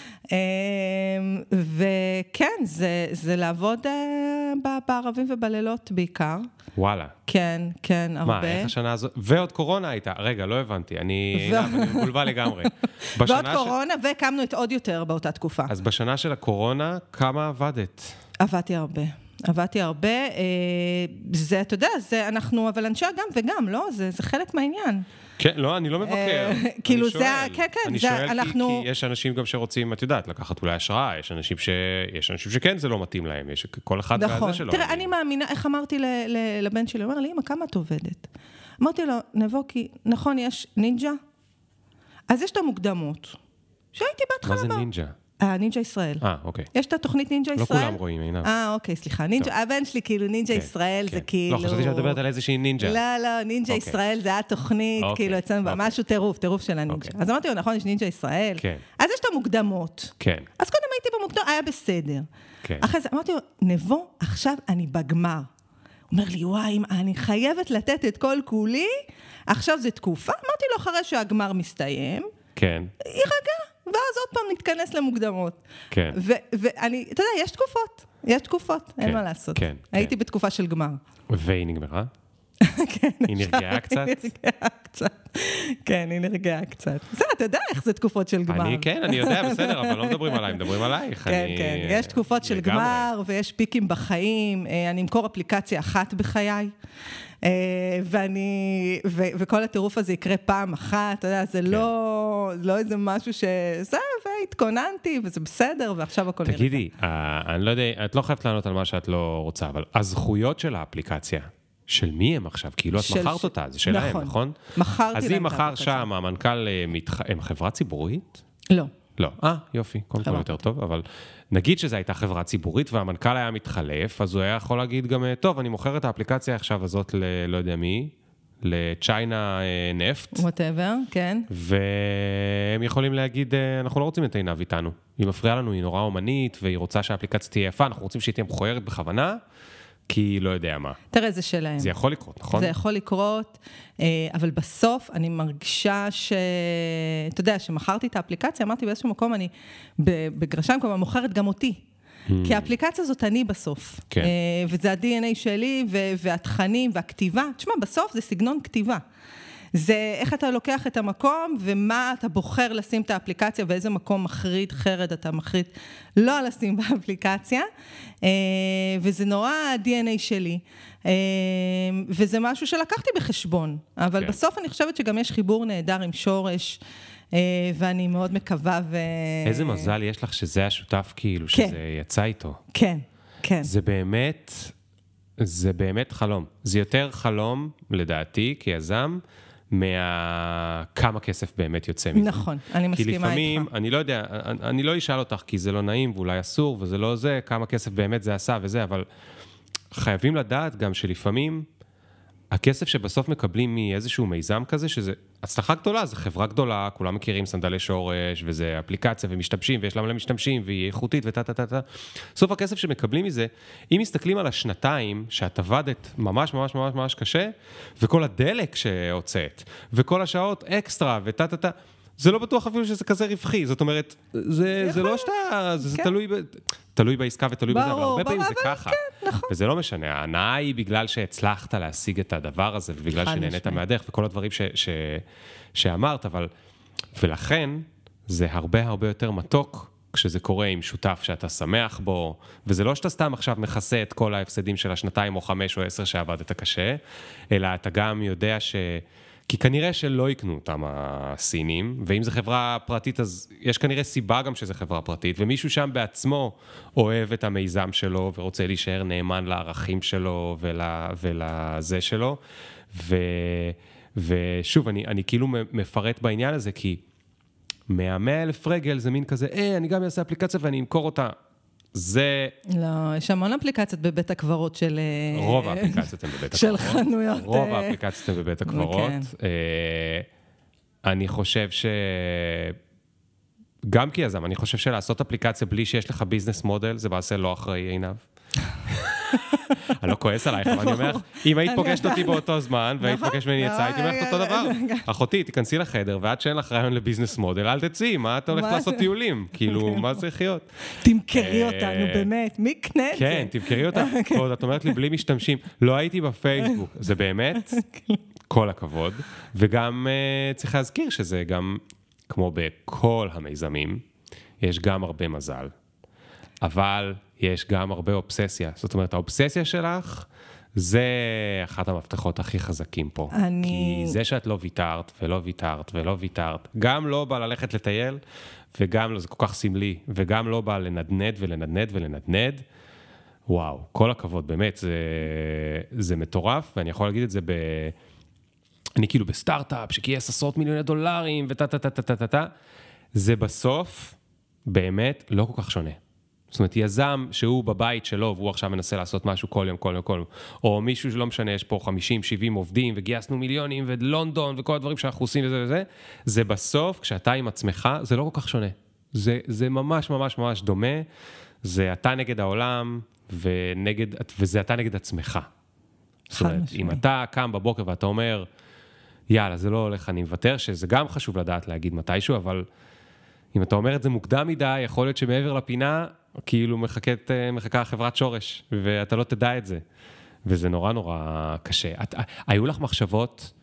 וכן, זה, זה לעבוד בערבים ובלילות בעיקר. וואלה. כן, כן, הרבה. מה, איך השנה הזו? ועוד קורונה הייתה. רגע, לא הבנתי. אני, ו... אני מבולבל לגמרי. ועוד קורונה, ש... והקמנו את עוד יותר באותה תקופה. אז בשנה של הקורונה, כמה עבדת? עבדתי הרבה. עבדתי הרבה. זה, אתה יודע, זה אנחנו, אבל אנשי גם וגם, לא? זה, זה חלק מהעניין. כן, לא, אני לא מבקר. כאילו זה, כן, כן. אני שואל כי יש אנשים גם שרוצים, את יודעת, לקחת אולי השראה, יש אנשים ש... יש אנשים שכן זה לא מתאים להם, יש כל אחד והזה שלו. תראה, אני מאמינה, איך אמרתי לבן שלי, הוא אומר לי, אמא, כמה את עובדת? אמרתי לו, נבוקי, נכון, יש נינג'ה? אז יש את המוקדמות, שהייתי בהתחלה. מה זה נינג'ה? נינג'ה ישראל. אה, אוקיי. יש את התוכנית נינג'ה ישראל? לא כולם רואים, עינב. אה, אוקיי, סליחה. הבן שלי, כאילו, נינג'ה ישראל זה כאילו... לא, חשבתי שאת מדברת על איזושהי נינג'ה. לא, לא, נינג'ה ישראל זה התוכנית, כאילו, אצלנו משהו טירוף, טירוף של הנינג'ה. אז אמרתי לו, נכון, יש נינג'ה ישראל. אז יש את המוקדמות. כן. אז קודם הייתי במוקדמות, היה בסדר. כן. אחרי זה, אמרתי לו, נבוא, עכשיו אני בגמר. הוא אומר לי, וואי, אני חייבת לתת את כל כולי, עכשיו זה תקופה. אמרתי לו, אחרי שהגמר מסתיים, כן. יירגע. ואז עוד פעם נתכנס למוקדמות. כן. ואני, אתה יודע, יש תקופות, יש תקופות, אין מה לעשות. כן. הייתי בתקופה של גמר. והיא נגמרה? כן. היא נרגעה קצת? היא נרגעה קצת. כן, היא נרגעה קצת. זה, אתה יודע איך זה תקופות של גמר. אני, כן, אני יודע, בסדר, אבל לא מדברים עליי, מדברים עלייך. כן, כן, יש תקופות של גמר, ויש פיקים בחיים. אני אמכור אפליקציה אחת בחיי. ואני, וכל הטירוף הזה יקרה פעם אחת, אתה יודע, זה לא, לא איזה משהו שזה, והתכוננתי, וזה בסדר, ועכשיו הכל נראה. תגידי, אני לא יודע, את לא חייבת לענות על מה שאת לא רוצה, אבל הזכויות של האפליקציה, של מי הם עכשיו? כאילו את מכרת אותה, זה שלהם, נכון? מכרתי להם. אז אם מחר שם, המנכ"ל, הם חברה ציבורית? לא. לא. אה, יופי, קודם כל יותר טוב, אבל נגיד שזו הייתה חברה ציבורית והמנכ"ל היה מתחלף, אז הוא היה יכול להגיד גם, טוב, אני מוכר את האפליקציה עכשיו הזאת ללא יודע מי, לצ'יינה נפט. whatever, כן. והם יכולים להגיד, אנחנו לא רוצים את עינב איתנו. היא מפריעה לנו, היא נורא אומנית, והיא רוצה שהאפליקציה תהיה יפה, אנחנו רוצים שהיא תהיה מכוערת בכוונה, כי לא יודע מה. תראה, זה שלהם. זה יכול לקרות, נכון? זה יכול לקרות, אבל בסוף אני מרגישה ש... אתה יודע, שמכרתי את האפליקציה, אמרתי באיזשהו מקום, אני בגרשיים כבר מוכרת גם אותי. כי האפליקציה הזאת אני בסוף. כן. וזה ה-די אן איי שלי, והתכנים והכתיבה. תשמע, בסוף זה סגנון כתיבה. זה איך אתה לוקח את המקום, ומה אתה בוחר לשים את האפליקציה, ואיזה מקום מחריד, חרד אתה מחריד, לא לשים באפליקציה, וזה נורא ה-די אן איי שלי, וזה משהו שלקחתי בחשבון, אבל כן. בסוף אני חושבת שגם יש חיבור נהדר עם שורש, ואני מאוד מקווה ו... איזה מזל יש לך שזה השותף כאילו, כן. שזה יצא איתו. כן, כן. זה באמת, זה באמת חלום. זה יותר חלום, לדעתי, כיזם, מה... כמה כסף באמת יוצא מזה. נכון, אני מסכימה איתך. כי לפעמים, אני לא יודע, אני לא אשאל אותך, כי זה לא נעים, ואולי אסור, וזה לא זה, כמה כסף באמת זה עשה וזה, אבל חייבים לדעת גם שלפעמים, הכסף שבסוף מקבלים מאיזשהו מיזם כזה, שזה הצלחה גדולה, זו חברה גדולה, כולם מכירים סנדלי שורש, וזה אפליקציה ומשתמשים, ויש להם משתמשים, והיא איכותית וטה טה טה טה. סוף הכסף שמקבלים מזה, אם מסתכלים על השנתיים שאת עבדת ממש ממש ממש ממש קשה, וכל הדלק שהוצאת, וכל השעות אקסטרה וטה טה טה, זה לא בטוח אפילו שזה כזה רווחי, זאת אומרת, זה, זה לא שאתה, זה, כן. זה תלוי, ב, תלוי בעסקה ותלוי ברור, בזה, אבל הרבה פעמים זה ככה. כן, נכון. וזה לא משנה, ההנאה היא בגלל שהצלחת להשיג את הדבר הזה, ובגלל שנהנית מהדרך, וכל הדברים ש, ש, שאמרת, אבל, ולכן, זה הרבה הרבה יותר מתוק, כשזה קורה עם שותף שאתה שמח בו, וזה לא שאתה סתם עכשיו מכסה את כל ההפסדים של השנתיים או חמש או עשר שעבדת קשה, אלא אתה גם יודע ש... כי כנראה שלא יקנו אותם הסינים, ואם זו חברה פרטית, אז יש כנראה סיבה גם שזו חברה פרטית, ומישהו שם בעצמו אוהב את המיזם שלו, ורוצה להישאר נאמן לערכים שלו ול, ולזה שלו, ו, ושוב, אני, אני כאילו מפרט בעניין הזה, כי מאה אלף רגל זה מין כזה, אה, אני גם אעשה אפליקציה ואני אמכור אותה. זה... לא, יש המון אפליקציות בבית הקברות של... רוב האפליקציות הן בבית הקברות. של חנויות. רוב האפליקציות הן בבית הקברות. אני חושב ש... גם כיזם, אני חושב שלעשות אפליקציה בלי שיש לך ביזנס מודל, זה בעשה לא אחראי עיניו. אני לא כועס עלייך, אבל אני אומר, אם היית פוגשת אותי באותו זמן, והיית פוגשת ממני יצא, הייתי אומרת אותו דבר. אחותי, תיכנסי לחדר, ועד שאין לך רעיון לביזנס מודל, אל תצאי, מה אתה הולך לעשות טיולים? כאילו, מה זה חיות? תמכרי אותנו, באמת, מי קנה את זה? כן, תמכרי אותה. את אומרת לי, בלי משתמשים, לא הייתי בפייסבוק. זה באמת, כל הכבוד. וגם צריך להזכיר שזה גם, כמו בכל המיזמים, יש גם הרבה מזל. אבל יש גם הרבה אובססיה. זאת אומרת, האובססיה שלך, זה אחת המפתחות הכי חזקים פה. אני... כי זה שאת לא ויתרת, ולא ויתרת, ולא ויתרת, גם לא בא ללכת לטייל, וגם לא, זה כל כך סמלי, וגם לא בא לנדנד ולנדנד ולנדנד. וואו, כל הכבוד, באמת, זה, זה מטורף, ואני יכול להגיד את זה ב... אני כאילו בסטארט-אפ, שכייס עשרות מיליוני דולרים, וטה טה טה טה טה טה, זה בסוף, באמת, לא כל כך שונה. זאת אומרת, יזם שהוא בבית שלו, והוא עכשיו מנסה לעשות משהו כל יום, כל יום, כל יום, או מישהו שלא משנה, יש פה חמישים שבעים עובדים, וגייסנו מיליונים, ולונדון, וכל הדברים שאנחנו עושים וזה וזה, זה בסוף, כשאתה עם עצמך, זה לא כל כך שונה. זה, זה ממש ממש ממש דומה, זה אתה נגד העולם, ונגד, וזה אתה נגד עצמך. זאת אומרת, אם אתה קם בבוקר ואתה אומר, יאללה, זה לא הולך, אני מוותר, שזה גם חשוב לדעת להגיד מתישהו, אבל אם אתה אומר את זה מוקדם מדי, יכול להיות שמעבר לפינה, כאילו מחכת, מחכה חברת שורש, ואתה לא תדע את זה. וזה נורא נורא קשה. את, היו לך מחשבות,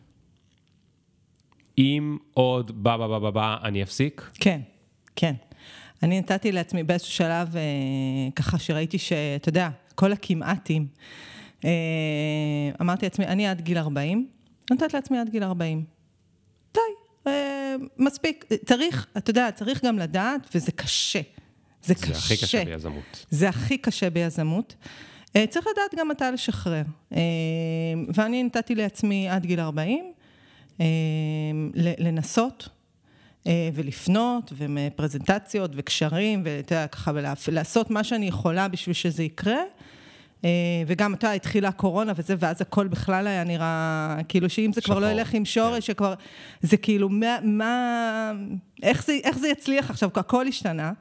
אם עוד בא, בא, בא, בא, בא, אני אפסיק? כן, כן. אני נתתי לעצמי באיזשהו שלב, אה, ככה שראיתי שאתה יודע, כל הכמעטים, אה, אמרתי לעצמי, אני עד גיל ארבעים, נתתי לעצמי עד גיל ארבעים. די, אה, מספיק. צריך, אתה יודע, צריך גם לדעת, וזה קשה. זה, זה קשה. הכי קשה ביזמות. זה הכי קשה ביזמות. Uh, צריך לדעת גם מתי לשחרר. Uh, ואני נתתי לעצמי עד גיל ארבעים, uh, לנסות uh, ולפנות, ופרזנטציות וקשרים, וככה, ולעשות מה שאני יכולה בשביל שזה יקרה. Uh, וגם אתה התחילה קורונה וזה, ואז הכל בכלל היה נראה, כאילו שאם זה שחור, כבר לא ילך עם שורש, כן. שכבר, זה כאילו, מה, מה, איך זה, איך זה יצליח עכשיו? הכל השתנה.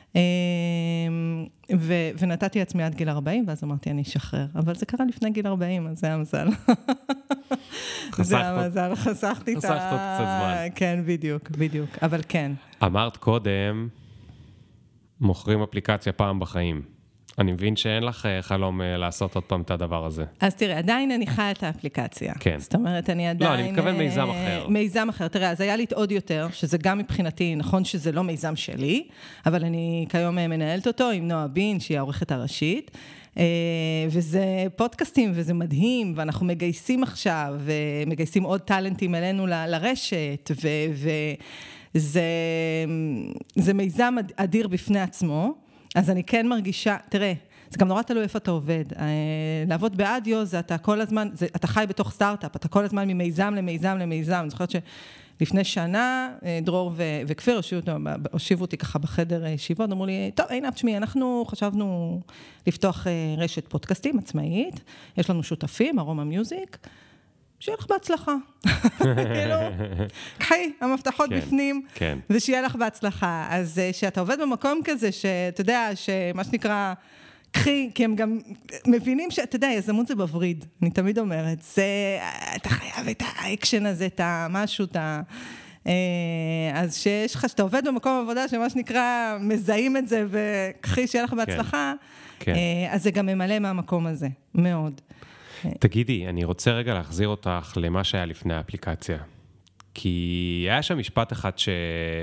ו- ונתתי עצמי עד גיל ארבעים, ואז אמרתי, אני אשחרר. אבל זה קרה לפני גיל ארבעים, אז זה היה מזל. זה היה מזל, חסכתי את ה... חסכת עוד קצת זמן. כן, בדיוק, בדיוק, אבל כן. אמרת קודם, מוכרים אפליקציה פעם בחיים. אני מבין שאין לך חלום לעשות עוד פעם את הדבר הזה. אז תראה, עדיין אני חיה את האפליקציה. כן. זאת אומרת, אני עדיין... לא, אני מתכוון מיזם אחר. מיזם אחר. תראה, אז היה לי עוד יותר, שזה גם מבחינתי, נכון שזה לא מיזם שלי, אבל אני כיום מנהלת אותו עם נועה בין, שהיא העורכת הראשית, וזה פודקאסטים, וזה מדהים, ואנחנו מגייסים עכשיו, ומגייסים עוד טלנטים אלינו לרשת, וזה זה מיזם אדיר בפני עצמו, אז אני כן מרגישה, תראה, זה גם נורא תלוי איפה אתה עובד. לעבוד באדיו, זה אתה כל הזמן, זה, אתה חי בתוך סטארט-אפ, אתה כל הזמן ממיזם למיזם למיזם. אני זוכרת שלפני שנה, דרור ו- וכפיר הושיבו, הושיבו אותי ככה בחדר ישיבות, אמרו לי, טוב, אין אף תשמעי, אנחנו חשבנו לפתוח רשת פודקאסטים עצמאית, יש לנו שותפים, ארומה מיוזיק, שיהיה לך בהצלחה. כאילו, קחי, המפתחות בפנים, ושיהיה לך בהצלחה. אז שאתה עובד במקום כזה, שאתה יודע, שמה שנקרא, קחי, כי הם גם מבינים שאתה יודע, יזמות זה בווריד, אני תמיד אומרת, זה, אתה חייב את האקשן הזה, את המשהו, את ה... אז שיש לך, שאתה עובד במקום עבודה, שמה שנקרא, מזהים את זה, וקחי, שיהיה לך בהצלחה, אז זה גם ממלא מהמקום הזה, מאוד. תגידי, אני רוצה רגע להחזיר אותך למה שהיה לפני האפליקציה. כי היה שם משפט אחד ש...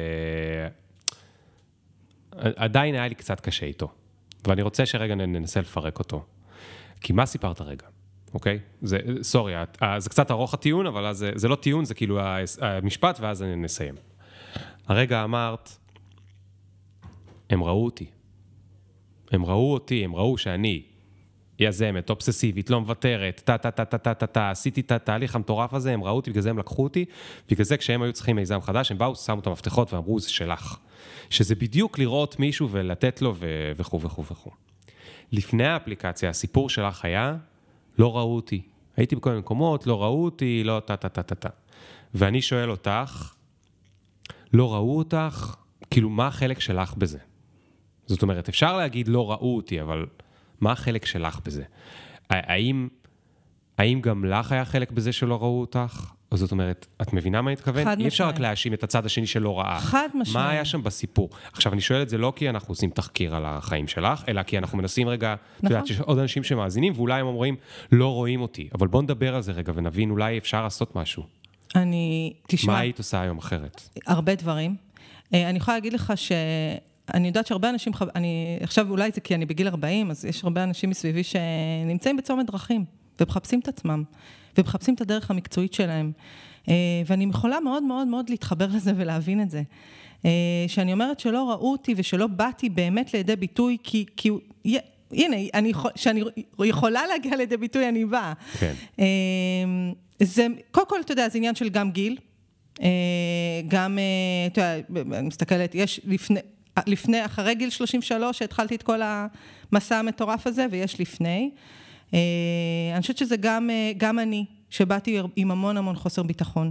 עדיין היה לי קצת קשה איתו. ואני רוצה שרגע ננסה לפרק אותו. כי מה סיפרת רגע? אוקיי? זה, סורי, זה קצת ארוך הטיעון, אבל זה, זה לא טיעון, זה כאילו המשפט, ואז אני נסיים. הרגע אמרת, הם ראו אותי. הם ראו אותי, הם ראו שאני... יזמת, אובססיבית, לא מוותרת, טה, טה, טה, טה, טה, טה, טה, עשיתי את התהליך המטורף הזה, הם ראו אותי, בגלל זה הם לקחו אותי, בגלל זה כשהם היו צריכים מיזם חדש, הם באו, שמו את המפתחות ואמרו, זה שלך. שזה בדיוק לראות מישהו ולתת לו וכו' וכו' וכו'. לפני האפליקציה, הסיפור שלך היה, לא ראו אותי. הייתי בכל מיני מקומות, לא ראו אותי, לא טה, טה, טה, טה, טה. ואני שואל אותך, לא ראו אותך, כאילו, מה החלק שלך בזה? זאת אומרת, אפשר להגיד, לא ראו אותי, אבל מה החלק שלך בזה? האם, האם גם לך היה חלק בזה שלא ראו אותך? או זאת אומרת, את מבינה מה התכוון? אי אפשר רק להאשים את הצד השני שלא ראה. חד משמעית. מה היה שם בסיפור? עכשיו, אני שואל את זה לא כי אנחנו עושים תחקיר על החיים שלך, אלא כי אנחנו מנסים רגע, את יודעת, שיש עוד אנשים שמאזינים, ואולי הם אומרים, לא רואים אותי. אבל בוא נדבר על זה רגע ונבין, אולי אפשר לעשות משהו. אני, תשמע. מה היית עושה היום אחרת? הרבה דברים. אני יכולה להגיד לך ש... אני יודעת שהרבה אנשים, אני, עכשיו אולי זה כי אני בגיל ארבעים, אז יש הרבה אנשים מסביבי שנמצאים בצומת דרכים, ומחפשים את עצמם, ומחפשים את הדרך המקצועית שלהם. ואני יכולה מאוד מאוד מאוד להתחבר לזה ולהבין את זה. שאני אומרת שלא ראו אותי ושלא באתי באמת לידי ביטוי, כי, כי הנה, אני, שאני יכולה להגיע לידי ביטוי, אני באה. כן. זה, קודם כל, אתה יודע, זה עניין של גם גיל, גם, אתה יודע, אני מסתכלת, יש לפני... לפני, אחרי גיל שלושים ושלוש, התחלתי את כל המסע המטורף הזה, ויש לפני. אני חושבת שזה גם, גם אני, שבאתי עם המון המון חוסר ביטחון.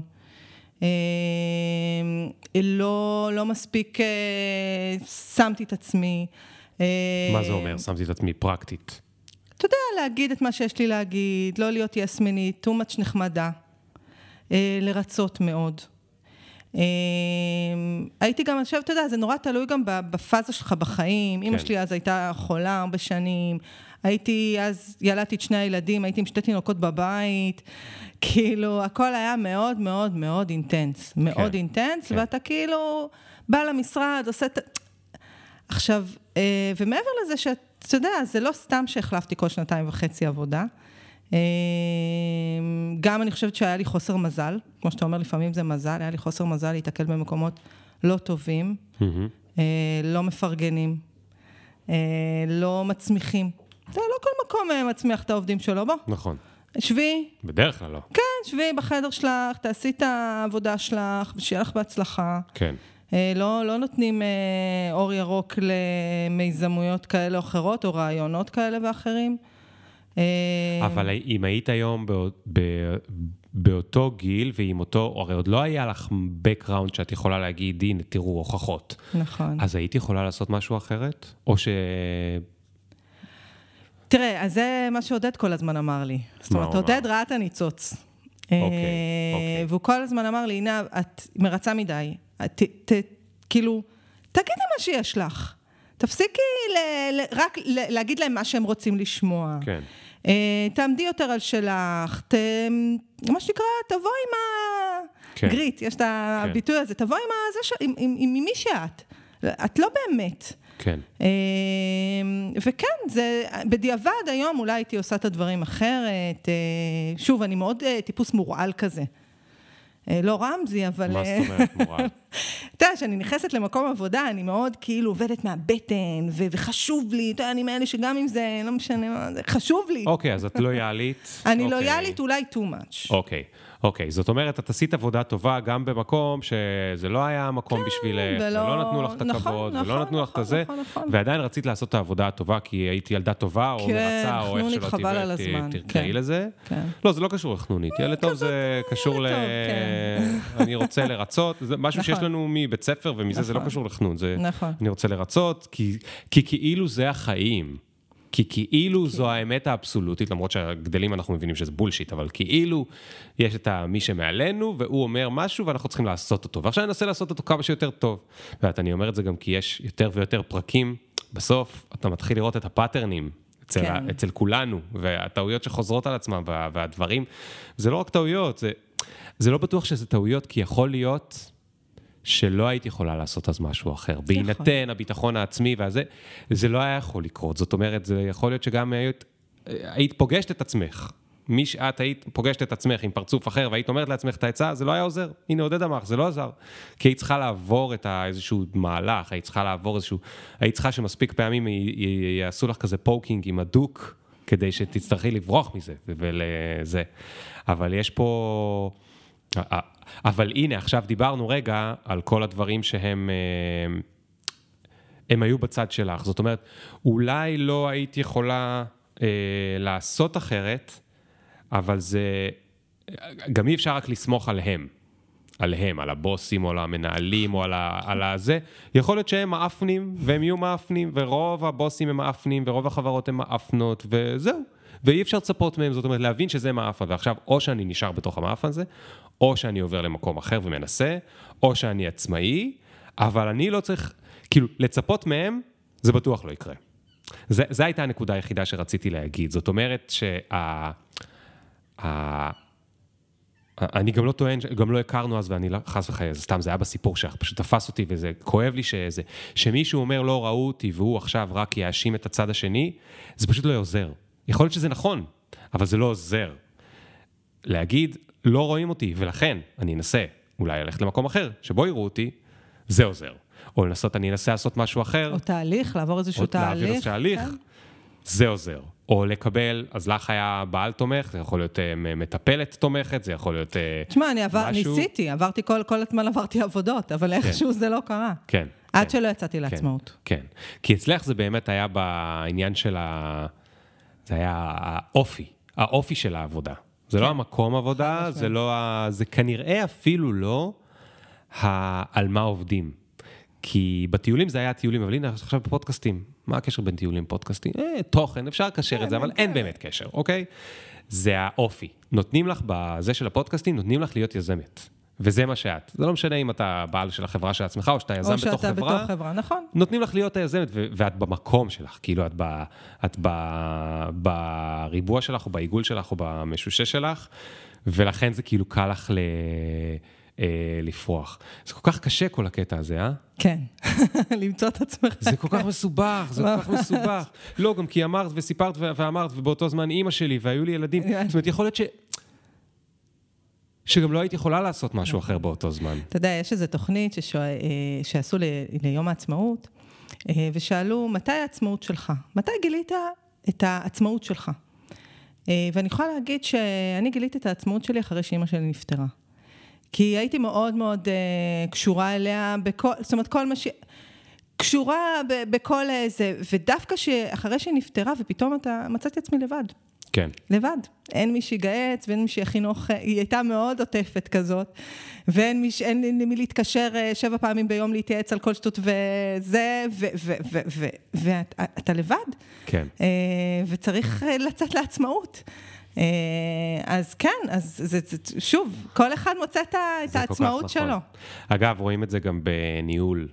לא, לא מספיק שמתי את עצמי. מה זה אומר? שמתי את עצמי פרקטית. אתה יודע, להגיד את מה שיש לי להגיד, לא להיות יסמנית, too much נחמדה, לרצות מאוד. הייתי גם, אני חושבת, אתה יודע, זה נורא תלוי גם בפאזה שלך בחיים. אמא שלי אז הייתה חולה הרבה שנים, הייתי אז, ילדתי את שני הילדים, הייתי עם שתי תינוקות בבית, כאילו, הכל היה מאוד מאוד מאוד אינטנס, מאוד אינטנס, ואתה כאילו בא למשרד, עושה את... עכשיו, ומעבר לזה שאתה יודע, זה לא סתם שהחלפתי כל שנתיים וחצי עבודה, גם אני חושבת שהיה לי חוסר מזל, כמו שאתה אומר, לפעמים זה מזל, היה לי חוסר מזל להתעכל במקומות לא טובים, לא מפרגנים, לא מצמיחים. זה לא כל מקום מצמיח את העובדים שלו, בוא. נכון. שבי. בדרך כלל לא. כן, שבי בחדר שלך, תעשי את העבודה שלך, ושיהיה לך בהצלחה. כן. לא, לא נותנים אור ירוק למיזמויות כאלה או אחרות, או רעיונות כאלה ואחרים. אבל אם היית היום באותו גיל, ועם אותו, הרי עוד לא היה לך background שאת יכולה להגיד, הנה, תראו, הוכחות. נכון. אז היית יכולה לעשות משהו אחרת? או ש... תראה, אז זה מה שעודד כל הזמן אמר לי. זאת אומרת, עודד ראה את הניצוץ. והוא כל הזמן אמר לי, הנה, את מרצה מדי. כאילו, תגידי מה שיש לך. תפסיקי רק להגיד להם מה שהם רוצים לשמוע. כן. תעמדי יותר על שלך, מה שנקרא, תבוא עם הגריט, יש את הביטוי הזה, תבוא עם מי שאת. את לא באמת. כן. וכן, זה, בדיעבד היום אולי הייתי עושה את הדברים אחרת. שוב, אני מאוד טיפוס מורעל כזה. לא רמזי, אבל... מה זאת אומרת מורעל? אתה יודע, כשאני נכנסת למקום עבודה, אני מאוד כאילו עובדת מהבטן, וחשוב לי, אתה יודע, אני מאלה שגם אם זה, לא משנה מה, זה חשוב לי. אוקיי, אז את לא יעלית. אני לא יעלית, אולי too much. אוקיי. אוקיי, זאת אומרת, את עשית עבודה טובה גם במקום שזה לא היה מקום בשבילך, ולא נתנו לך את הכבוד, ולא נתנו לך את זה, ועדיין רצית לעשות את העבודה הטובה, כי הייתי ילדה טובה, או מרצה, או איך שלא תרקעי לזה. לא, זה לא קשור לחנונית. ילד טוב זה קשור ל... אני רוצה לרצות, זה משהו שיש לנו מבית ספר, ומזה זה לא קשור לחנון. אני רוצה לרצות, כי כאילו זה החיים. כי כאילו זו האמת האבסולוטית, למרות שהגדלים אנחנו מבינים שזה בולשיט, אבל כאילו יש את מי שמעלינו, והוא אומר משהו, ואנחנו צריכים לעשות אותו. ועכשיו אני אנסה לעשות אותו כמה שיותר טוב. ואני אומר את זה גם כי יש יותר ויותר פרקים. בסוף אתה מתחיל לראות את הפאטרנים אצל, כן. אצל כולנו, והטעויות שחוזרות על עצמם, והדברים. זה לא רק טעויות, זה, זה לא בטוח שזה טעויות, כי יכול להיות... שלא היית יכולה לעשות אז משהו אחר. בהינתן הביטחון העצמי והזה, זה לא היה יכול לקרות. זאת אומרת, זה יכול להיות שגם היית, היית פוגשת את עצמך. מי שאת היית פוגשת את עצמך עם פרצוף אחר, והיית אומרת לעצמך את העצה, זה לא היה עוזר. הנה, עודד אמר, זה לא עזר. כי היית צריכה לעבור את איזשהו מהלך, היית צריכה לעבור איזשהו, היית צריכה שמספיק פעמים יעשו לך כזה פוקינג עם הדוק, כדי שתצטרכי לברוח מזה, ולזה. אבל יש פה... אבל הנה, עכשיו דיברנו רגע על כל הדברים שהם הם היו בצד שלך. זאת אומרת, אולי לא היית יכולה אה, לעשות אחרת, אבל זה, גם אי אפשר רק לסמוך עליהם, עליהם, על הבוסים או על המנהלים או על, ה, על הזה. יכול להיות שהם מאפנים והם יהיו מאפנים, ורוב הבוסים הם מאפנים, ורוב החברות הם מאפנות, וזהו. ואי אפשר לצפות מהם, זאת אומרת, להבין שזה מאפן, ועכשיו או שאני נשאר בתוך המאפן הזה, או שאני עובר למקום אחר ומנסה, או שאני עצמאי, אבל אני לא צריך, כאילו, לצפות מהם, זה בטוח לא יקרה. זה, זה הייתה הנקודה היחידה שרציתי להגיד. זאת אומרת שה... ה... אני גם לא טוען, גם לא הכרנו אז, ואני חס וחי, זה סתם, זה היה בסיפור שלך, פשוט תפס אותי, וזה כואב לי שזה, שמישהו אומר לא ראו אותי, והוא עכשיו רק יאשים את הצד השני, זה פשוט לא עוזר. יכול להיות שזה נכון, אבל זה לא עוזר. להגיד, לא רואים אותי, ולכן אני אנסה אולי ללכת למקום אחר, שבו יראו אותי, זה עוזר. או לנסות, אני אנסה לעשות משהו אחר. או תהליך, לעבור איזשהו תהליך. או להעביר איזשהו תהליך, כן. זה עוזר. או לקבל, אז לך היה בעל תומך, זה יכול להיות מטפלת תומכת, זה יכול להיות תשמע, אני עבר, ניסיתי, עברתי כל, כל הזמן עברתי עבודות, אבל איכשהו כן. זה לא קרה. כן. עד כן. שלא יצאתי לעצמאות. כן, כן. כי אצלך זה באמת היה בעניין של ה... זה היה האופי, האופי של העבודה. זה כן. לא המקום עבודה, זה לא ה... זה כנראה אפילו לא ה... על מה עובדים. כי בטיולים זה היה טיולים, אבל הנה עכשיו בפודקאסטים. מה הקשר בין טיולים לפודקאסטים? אה, תוכן, אפשר לקשר את זה, אבל אין באמת קשר, אוקיי? זה האופי. נותנים לך בזה של הפודקאסטים, נותנים לך להיות יזמת. וזה מה שאת. זה לא משנה אם אתה בעל של החברה של עצמך, או שאתה יזם בתוך חברה. או שאתה בתוך חברה, נכון. נותנים לך להיות היזמת, ואת במקום שלך, כאילו את, ב, את ב, בריבוע שלך, או בעיגול שלך, או במשושש שלך, ולכן זה כאילו קל לך ל... לפרוח. זה כל כך קשה כל הקטע הזה, אה? כן. למצוא את עצמך. זה כל כך מסובך, זה כל כך מסובך. לא, גם כי אמרת וסיפרת ואמרת, ובאותו זמן אימא שלי, והיו לי ילדים. זאת אומרת, יכול להיות ש... שגם לא הייתי יכולה לעשות משהו אחר באותו זמן. אתה יודע, יש איזו תוכנית שעשו ליום העצמאות, ושאלו, מתי העצמאות שלך? מתי גילית את העצמאות שלך? ואני יכולה להגיד שאני גיליתי את העצמאות שלי אחרי שאימא שלי נפטרה. כי הייתי מאוד מאוד uh, קשורה אליה, בכל, זאת אומרת, כל מה ש... קשורה ב- בכל איזה, ודווקא שאחרי שהיא נפטרה, ופתאום אתה מצאתי עצמי לבד. כן. לבד. אין מי שיגייץ, ואין מי שיחינוך, היא הייתה מאוד עוטפת כזאת, ואין מי, אין מי להתקשר שבע פעמים ביום להתייעץ על כל שטות וזה, ו, ו, ו, ו, ואתה לבד. כן. Uh, וצריך לצאת לעצמאות. אז כן, אז זה, זה, שוב, כל אחד מוצא את העצמאות שלו. נכון. אגב, רואים את זה גם בניהול.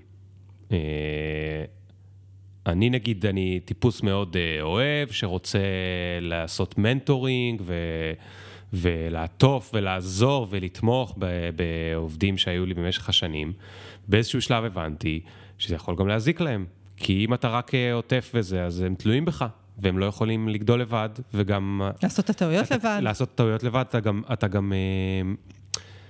אני נגיד, אני טיפוס מאוד אוהב, שרוצה לעשות מנטורינג, ו... ולעטוף ולעזור ולתמוך בעובדים שהיו לי במשך השנים. באיזשהו שלב הבנתי שזה יכול גם להזיק להם. כי אם אתה רק עוטף וזה, אז הם תלויים בך. והם לא יכולים לגדול לבד, וגם... לעשות את הטעויות לבד. לעשות את הטעויות לבד, אתה גם... אתה גם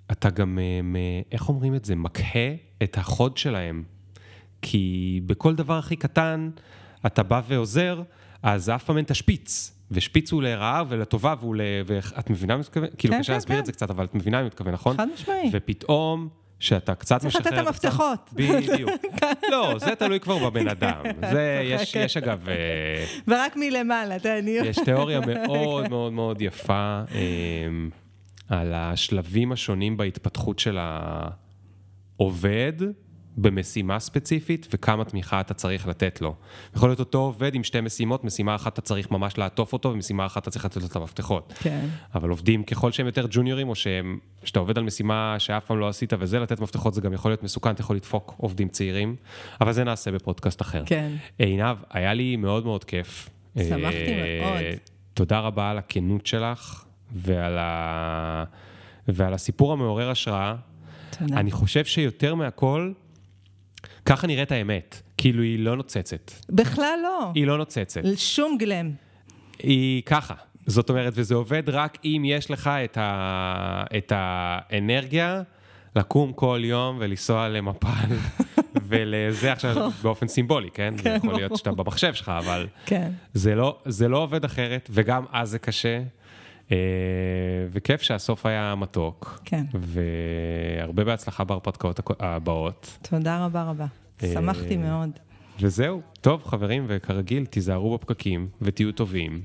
אתה גם, איך אומרים את זה, מקהה את החוד שלהם. כי בכל דבר הכי קטן, אתה בא ועוזר, אז אף פעם אין תשפיץ. ושפיץ הוא לרעה ולטובה, ואת מבינה מה מתכוון? כאילו קשה להסביר את זה קצת, אבל את מבינה מה מתכוון, נכון? חד משמעי. ופתאום, שאתה קצת משחרר... צריך לתת את המפתחות. בדיוק. לא, זה תלוי כבר בבן אדם. זה, יש אגב... ורק מלמעלה, תעניות. יש תיאוריה מאוד מאוד מאוד יפה על השלבים השונים בהתפתחות של העובד, במשימה ספציפית, וכמה תמיכה אתה צריך לתת לו. יכול להיות אותו עובד עם שתי משימות, משימה אחת אתה צריך ממש לעטוף אותו, ומשימה אחת אתה צריך לתת לו את המפתחות. כן. אבל עובדים ככל שהם יותר ג'וניורים, או שהם, שאתה עובד על משימה שאף פעם לא עשית, וזה לתת מפתחות, זה גם יכול להיות מסוכן, אתה יכול לדפוק עובדים צעירים, אבל זה נעשה בפודקאסט אחר. כן. עינב, היה לי מאוד מאוד כיף. שמחתי מאוד. תודה רבה על הכנות שלך, ועל, ה... ועל הסיפור המעורר השראה. תודה. אני חושב שיותר מהכל, ככה נראית האמת, כאילו היא לא נוצצת. בכלל לא. היא לא נוצצת. שום גלם. היא ככה, זאת אומרת, וזה עובד רק אם יש לך את, ה... את האנרגיה לקום כל יום ולנסוע למפל, ולזה עכשיו באופן סימבולי, כן? זה יכול להיות שאתה במחשב שלך, אבל זה לא, זה לא עובד אחרת, וגם אז זה קשה, וכיף שהסוף היה מתוק. כן. והרבה בהצלחה בהרפתקאות הבאות. תודה רבה רבה. שמחתי מאוד. וזהו. טוב, חברים, וכרגיל, תיזהרו בפקקים, ותהיו טובים,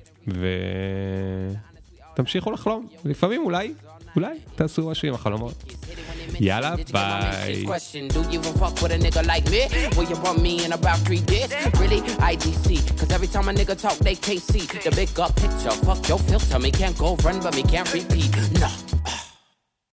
ותמשיכו לחלום. לפעמים אולי, אולי, תעשו משהו עם החלומות. יאללה, ביי. Do you even fuck with a nigga like me? Will you run me in about three days? Really? I D C. Cause every time a nigga talk, they can't see the big up picture. Fuck your filter, me can't go run, but me can't repeat. No.